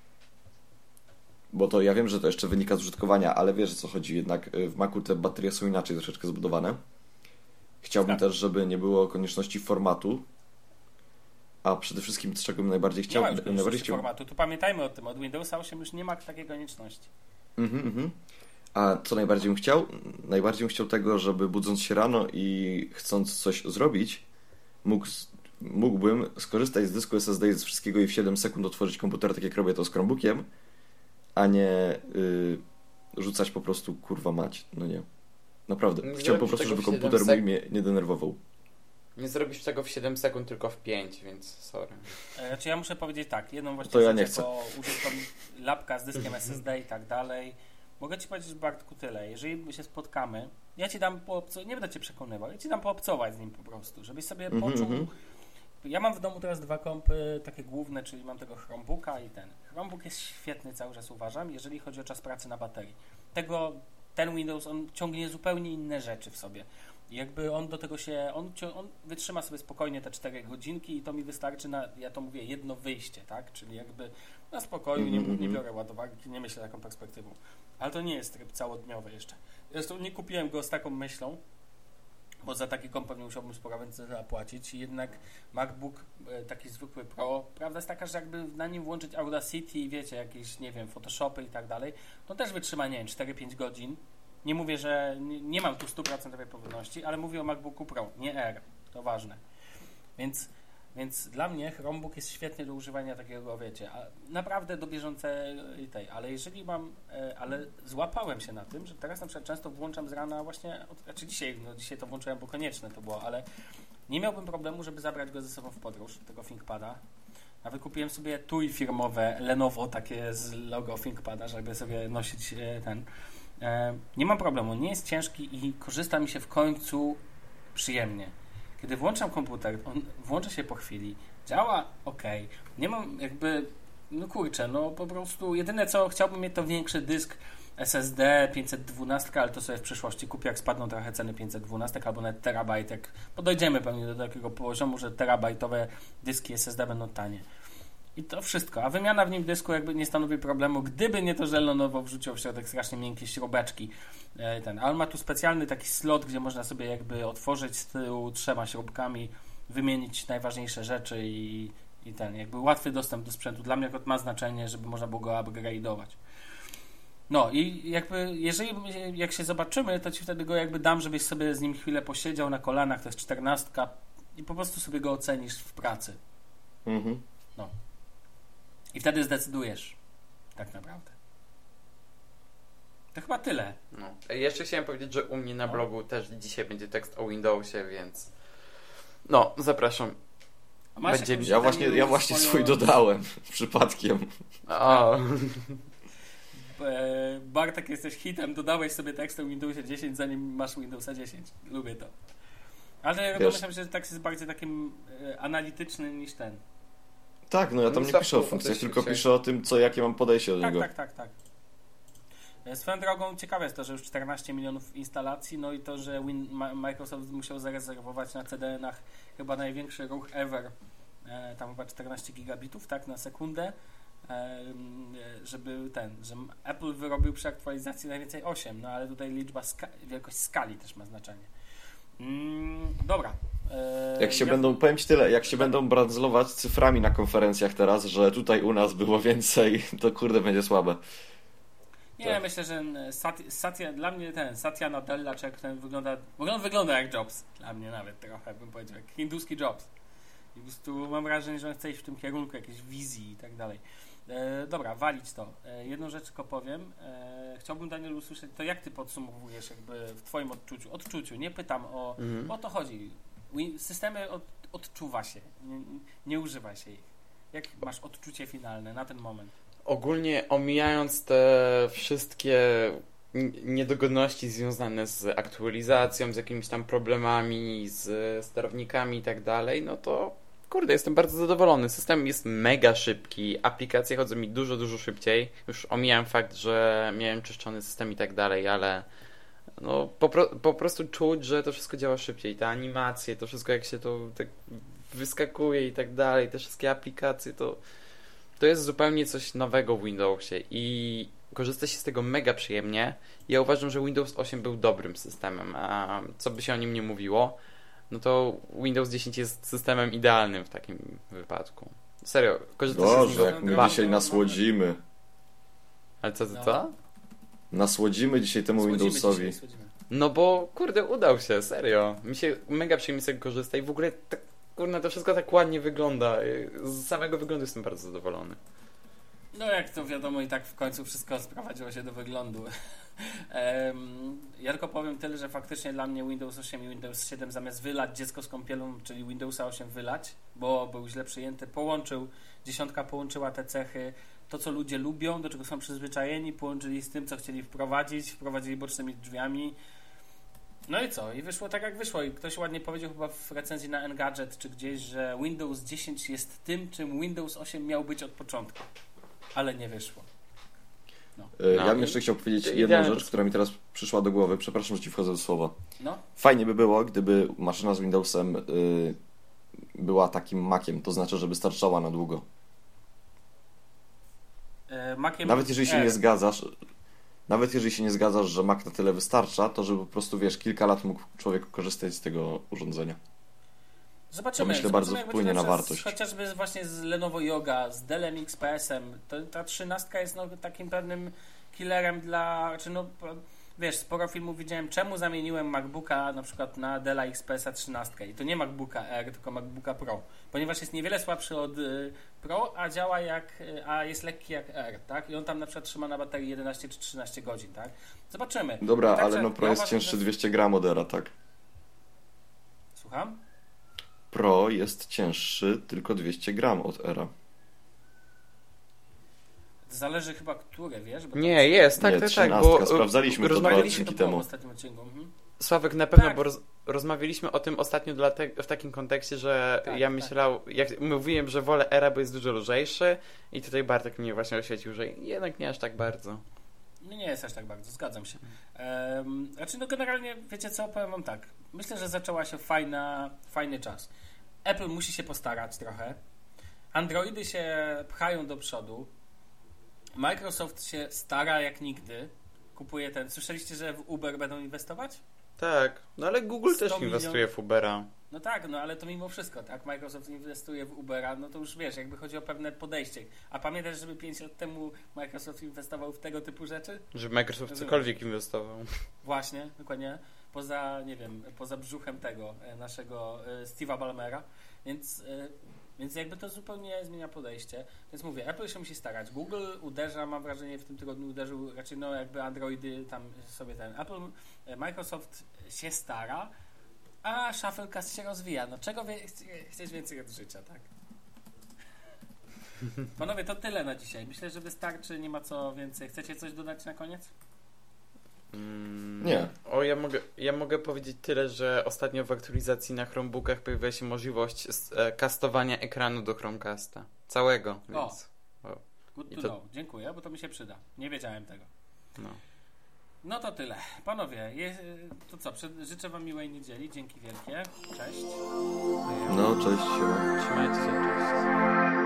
bo to ja wiem, że to jeszcze wynika z użytkowania, ale wiesz, o co chodzi, jednak w Macu te baterie są inaczej troszeczkę zbudowane. Chciałbym Tak. też, żeby nie było konieczności formatu, a przede wszystkim, z czego bym najbardziej Nie chciał... ma już najbardziej konieczności chciał... formatu, tu pamiętajmy o tym, od Windowsa osiem już nie ma takiej konieczności. Mhm, mhm. A co najbardziej bym chciał? Najbardziej bym chciał tego, żeby budząc się rano i chcąc coś zrobić, mógł, mógłbym skorzystać z dysku S S D i z wszystkiego i w siedem sekund otworzyć komputer, tak jak robię to z Chromebookiem, a nie y, rzucać po prostu kurwa mać. No nie. Naprawdę. Nie Chciałbym po zrobisz prostu, tego żeby w siedem komputer mój sek- mnie nie denerwował. Nie zrobisz tego w siedem sekund, tylko w pięć, więc sorry. Znaczy ja muszę powiedzieć tak, jedną właśnie To ja rzecz, nie chcę. bo użytkownik lapka z dyskiem S S D i tak dalej. Mogę Ci powiedzieć, Bartku, tyle. Jeżeli się spotkamy, ja Ci dam poobcować, nie będę Cię przekonywał, ja Ci dam poobcować z nim po prostu, żebyś sobie Mhm, poczuł... mhm. Ja mam w domu teraz dwa kompy, takie główne, czyli mam tego Chromebooka i ten. Chromebook jest świetny cały czas, uważam, jeżeli chodzi o czas pracy na baterii. Tego, ten Windows, on ciągnie zupełnie inne rzeczy w sobie. I jakby on do tego się, on, on wytrzyma sobie spokojnie te cztery godzinki i to mi wystarczy na, ja to mówię, jedno wyjście, tak? Czyli jakby na spokoju, nie, nie biorę ładowarki, nie myślę taką perspektywą. Ale to nie jest tryb całodniowy jeszcze. Zresztą nie kupiłem go z taką myślą, bo za taki komp pewnie musiałbym sporo więcej zapłacić. Jednak MacBook, taki zwykły Pro, prawda jest taka, że jakby na nim włączyć Audacity i wiecie, jakieś, nie wiem, Photoshopy i tak dalej, to też wytrzyma, nie wiem, cztery pięć godzin. Nie mówię, że nie, nie mam tu stu procent pewności, ale mówię o MacBooku Pro, nie R. To ważne. Więc, więc dla mnie Chromebook jest świetny do używania takiego, wiecie, a naprawdę do bieżącej tej, ale jeżeli mam, ale złapałem się na tym, że teraz na przykład często włączam z rana właśnie, znaczy dzisiaj, no dzisiaj to włączyłem, bo konieczne to było, ale nie miałbym problemu, żeby zabrać go ze sobą w podróż, tego ThinkPada. Nawet kupiłem sobie tui firmowe Lenovo, takie z logo ThinkPada, żeby sobie nosić ten. Nie mam problemu, nie jest ciężki i korzysta mi się w końcu przyjemnie. Kiedy włączam komputer, on włącza się po chwili, działa ok, nie mam jakby, no kurczę, no po prostu jedyne co chciałbym mieć to większy dysk S S D pięćset dwanaście, ale to sobie w przyszłości kupię, jak spadną trochę ceny pięćset dwanaście albo nawet terabajt, jak podejdziemy pewnie do takiego poziomu, że terabajtowe dyski S S D będą tanie. I to wszystko. A wymiana w nim dysku jakby nie stanowi problemu, gdyby nie to, że Lenovo wrzucił w środek strasznie miękkie śrubeczki. Ten. Ale ma tu specjalny taki slot, gdzie można sobie jakby otworzyć z tyłu trzema śrubkami, wymienić najważniejsze rzeczy i, i ten, jakby łatwy dostęp do sprzętu. Dla mnie akurat ma znaczenie, żeby można było go upgrade'ować. No i jakby, jeżeli jak się zobaczymy, to ci wtedy go jakby dam, żebyś sobie z nim chwilę posiedział na kolanach, to jest czternastka i po prostu sobie go ocenisz w pracy. Mhm. No. I wtedy zdecydujesz. Tak naprawdę. To chyba tyle. No. Jeszcze chciałem powiedzieć, że u mnie na blogu też dzisiaj będzie tekst o Windowsie, więc no, zapraszam. Będzie... Ja właśnie, ja właśnie swoją... swój dodałem przypadkiem. O. Bartek, jesteś hitem, dodałeś sobie tekst o Windowsie dziesięć, zanim masz Windowsa dziesięć. Lubię to. Ale ja myślę, że tekst jest bardziej takim e, analityczny niż ten. Tak, no ja tam nie piszę o funkcjach, tylko piszę o tym, co, jakie mam podejście do tak, niego. Tak, tak, tak. Swoją drogą ciekawe jest to, że już czternaście milionów instalacji, no i to, że Win- Microsoft musiał zarezerwować na C D N-ach chyba największy ruch ever, e, tam chyba czternaście gigabitów, tak, na sekundę, e, żeby ten, że Apple wyrobił przy aktualizacji najwięcej osiem, no ale tutaj liczba, ska- wielkość skali też ma znaczenie. Mm, dobra. E, jak się ja... będą, powiem Ci tyle, jak się będą brandzlować cyframi na konferencjach teraz, że tutaj u nas było więcej, to kurde będzie słabe. Nie, tak. Myślę, że Satya, Satya, dla mnie ten Satya Nadella, czy jak ten wygląda, on wygląda jak Jobs, dla mnie nawet trochę, bym powiedział, jak hinduski Jobs. I po prostu mam wrażenie, że on chce iść w tym kierunku, jakiejś wizji i tak dalej. E, dobra, walić to. E, jedną rzecz tylko powiem. E, chciałbym, Daniel, usłyszeć to, jak ty podsumowujesz jakby w twoim odczuciu. Odczuciu, nie pytam o... Mhm. O to chodzi. Systemy od, odczuwa się, nie, nie używa się ich. Jak masz odczucie finalne na ten moment? Ogólnie omijając te wszystkie niedogodności związane z aktualizacją, z jakimiś tam problemami, z sterownikami i tak dalej, no to kurde, jestem bardzo zadowolony. System jest mega szybki, aplikacje chodzą mi dużo, dużo szybciej. Już omijam fakt, że miałem czyszczony system i tak dalej, ale no po, pro, po prostu czuć, że to wszystko działa szybciej. Te animacje, to wszystko jak się to tak wyskakuje i tak dalej, te wszystkie aplikacje, to To jest zupełnie coś nowego w Windowsie i korzysta się z tego mega przyjemnie. Ja uważam, że Windows osiem był dobrym systemem, a co by się o nim nie mówiło, no to Windows dziesięć jest systemem idealnym w takim wypadku. Serio, korzysta się z niego. jak my dzisiaj nasłodzimy. Ale co, co, co? Nasłodzimy dzisiaj temu Słodzimy Windowsowi. dzisiaj, No bo, kurde, udał się, serio. Mi się mega przyjemnie z tego korzysta i w ogóle tak, kurde, to wszystko tak ładnie wygląda. Z samego wyglądu jestem bardzo zadowolony. No jak to wiadomo, i tak w końcu wszystko sprowadziło się do wyglądu. um, ja tylko powiem tyle, że faktycznie dla mnie Windows osiem i Windows siedem zamiast wylać dziecko z kąpielą, czyli Windowsa osiem wylać, bo był źle przyjęty, połączył, dziesiątka połączyła te cechy, to co ludzie lubią, do czego są przyzwyczajeni, połączyli z tym, co chcieli wprowadzić, wprowadzili bocznymi drzwiami. No i co? I wyszło tak jak wyszło. I ktoś ładnie powiedział chyba w recenzji na Engadget czy gdzieś, że Windows dziesięć jest tym, czym Windows osiem miał być od początku. Ale nie wyszło. No. Ja bym jeszcze chciał powiedzieć jedną rzecz, która mi teraz przyszła do głowy. Przepraszam, że Ci wchodzę w słowo. No. Fajnie by było, gdyby maszyna z Windowsem y, była takim Maciem. To znaczy, żeby starczała na długo. E, Maciem Nawet jeżeli się R. nie zgadzasz... Nawet jeżeli się nie zgadzasz, że Mac na tyle wystarcza, to żeby po prostu, wiesz, kilka lat mógł człowiek korzystać z tego urządzenia. Zobaczymy. To myślę, Zobaczymy, bardzo wpłynie na wartość. Z, chociażby właśnie z Lenovo Yoga, z Dellem X P S-em. To, ta trzynastka jest no, takim pewnym killerem dla... Znaczy no, wiesz, sporo filmów widziałem, czemu zamieniłem MacBooka na przykład na Della X P S-a trzynastkę. I to nie MacBooka R, tylko MacBooka Pro. Ponieważ jest niewiele słabszy od y, Pro, a działa jak... Y, a jest lekki jak R, tak? I on tam na przykład trzyma na baterii jedenaście czy trzynaście godzin, tak? Zobaczymy. Dobra, tak, ale no Pro ja jest uważam, cięższy że... dwieście gram od Era, tak? Słucham? Pro jest cięższy tylko dwieście gram od Era. Zależy chyba, które, wiesz? Bo nie, jest, tak, nie, tak, tak, bo sprawdzaliśmy to dwa odcinki temu. W ostatnim odcinku. Mhm. Sławek, na pewno, tak. bo roz, rozmawialiśmy o tym ostatnio dlatego, w takim kontekście, że tak, ja tak. myślał, jak mówiłem, że wolę Era, bo jest dużo lżejszy i tutaj Bartek mnie właśnie oświecił, że jednak nie aż tak bardzo. Nie, nie jest aż tak bardzo, zgadzam się. Um, znaczy, no generalnie, wiecie co, powiem wam tak. Myślę, że zaczęła się fajna, fajny czas. Apple musi się postarać trochę. Androidy się pchają do przodu. Microsoft się stara jak nigdy. Kupuje ten... Słyszeliście, że w Uber będą inwestować? Tak, no ale Google też sto inwestuje milionów. w Ubera. No tak, no ale to mimo wszystko, tak? Microsoft inwestuje w Ubera, no to już wiesz, jakby chodzi o pewne podejście. A pamiętasz, żeby pięć lat temu Microsoft inwestował w tego typu rzeczy? Żeby Microsoft cokolwiek inwestował. Właśnie, dokładnie. Poza, nie wiem, poza brzuchem tego e, naszego e, Steve'a Ballmera. Więc, e, więc jakby to zupełnie zmienia podejście. Więc mówię, Apple się musi starać. Google uderza, mam wrażenie, w tym tygodniu uderzył raczej no jakby Androidy tam sobie ten. Apple, e, Microsoft się stara, a Shufflecast się rozwija. No czego wie, chcesz więcej od życia, tak? Panowie, to tyle na dzisiaj. Myślę, że wystarczy, nie ma co więcej. Chcecie coś dodać na koniec? Mm, Nie. O, ja mogę, ja mogę powiedzieć tyle, że ostatnio w aktualizacji na Chromebookach pojawiła się możliwość e, kastowania ekranu do Chromecasta. Całego, więc... O. Good I to to- know. Dziękuję, bo to mi się przyda. Nie wiedziałem tego. No. No to tyle. Panowie, je, to co? Przed, życzę wam miłej niedzieli. Dzięki wielkie. Cześć. No, cześć, siema. Trzymajcie się, cześć.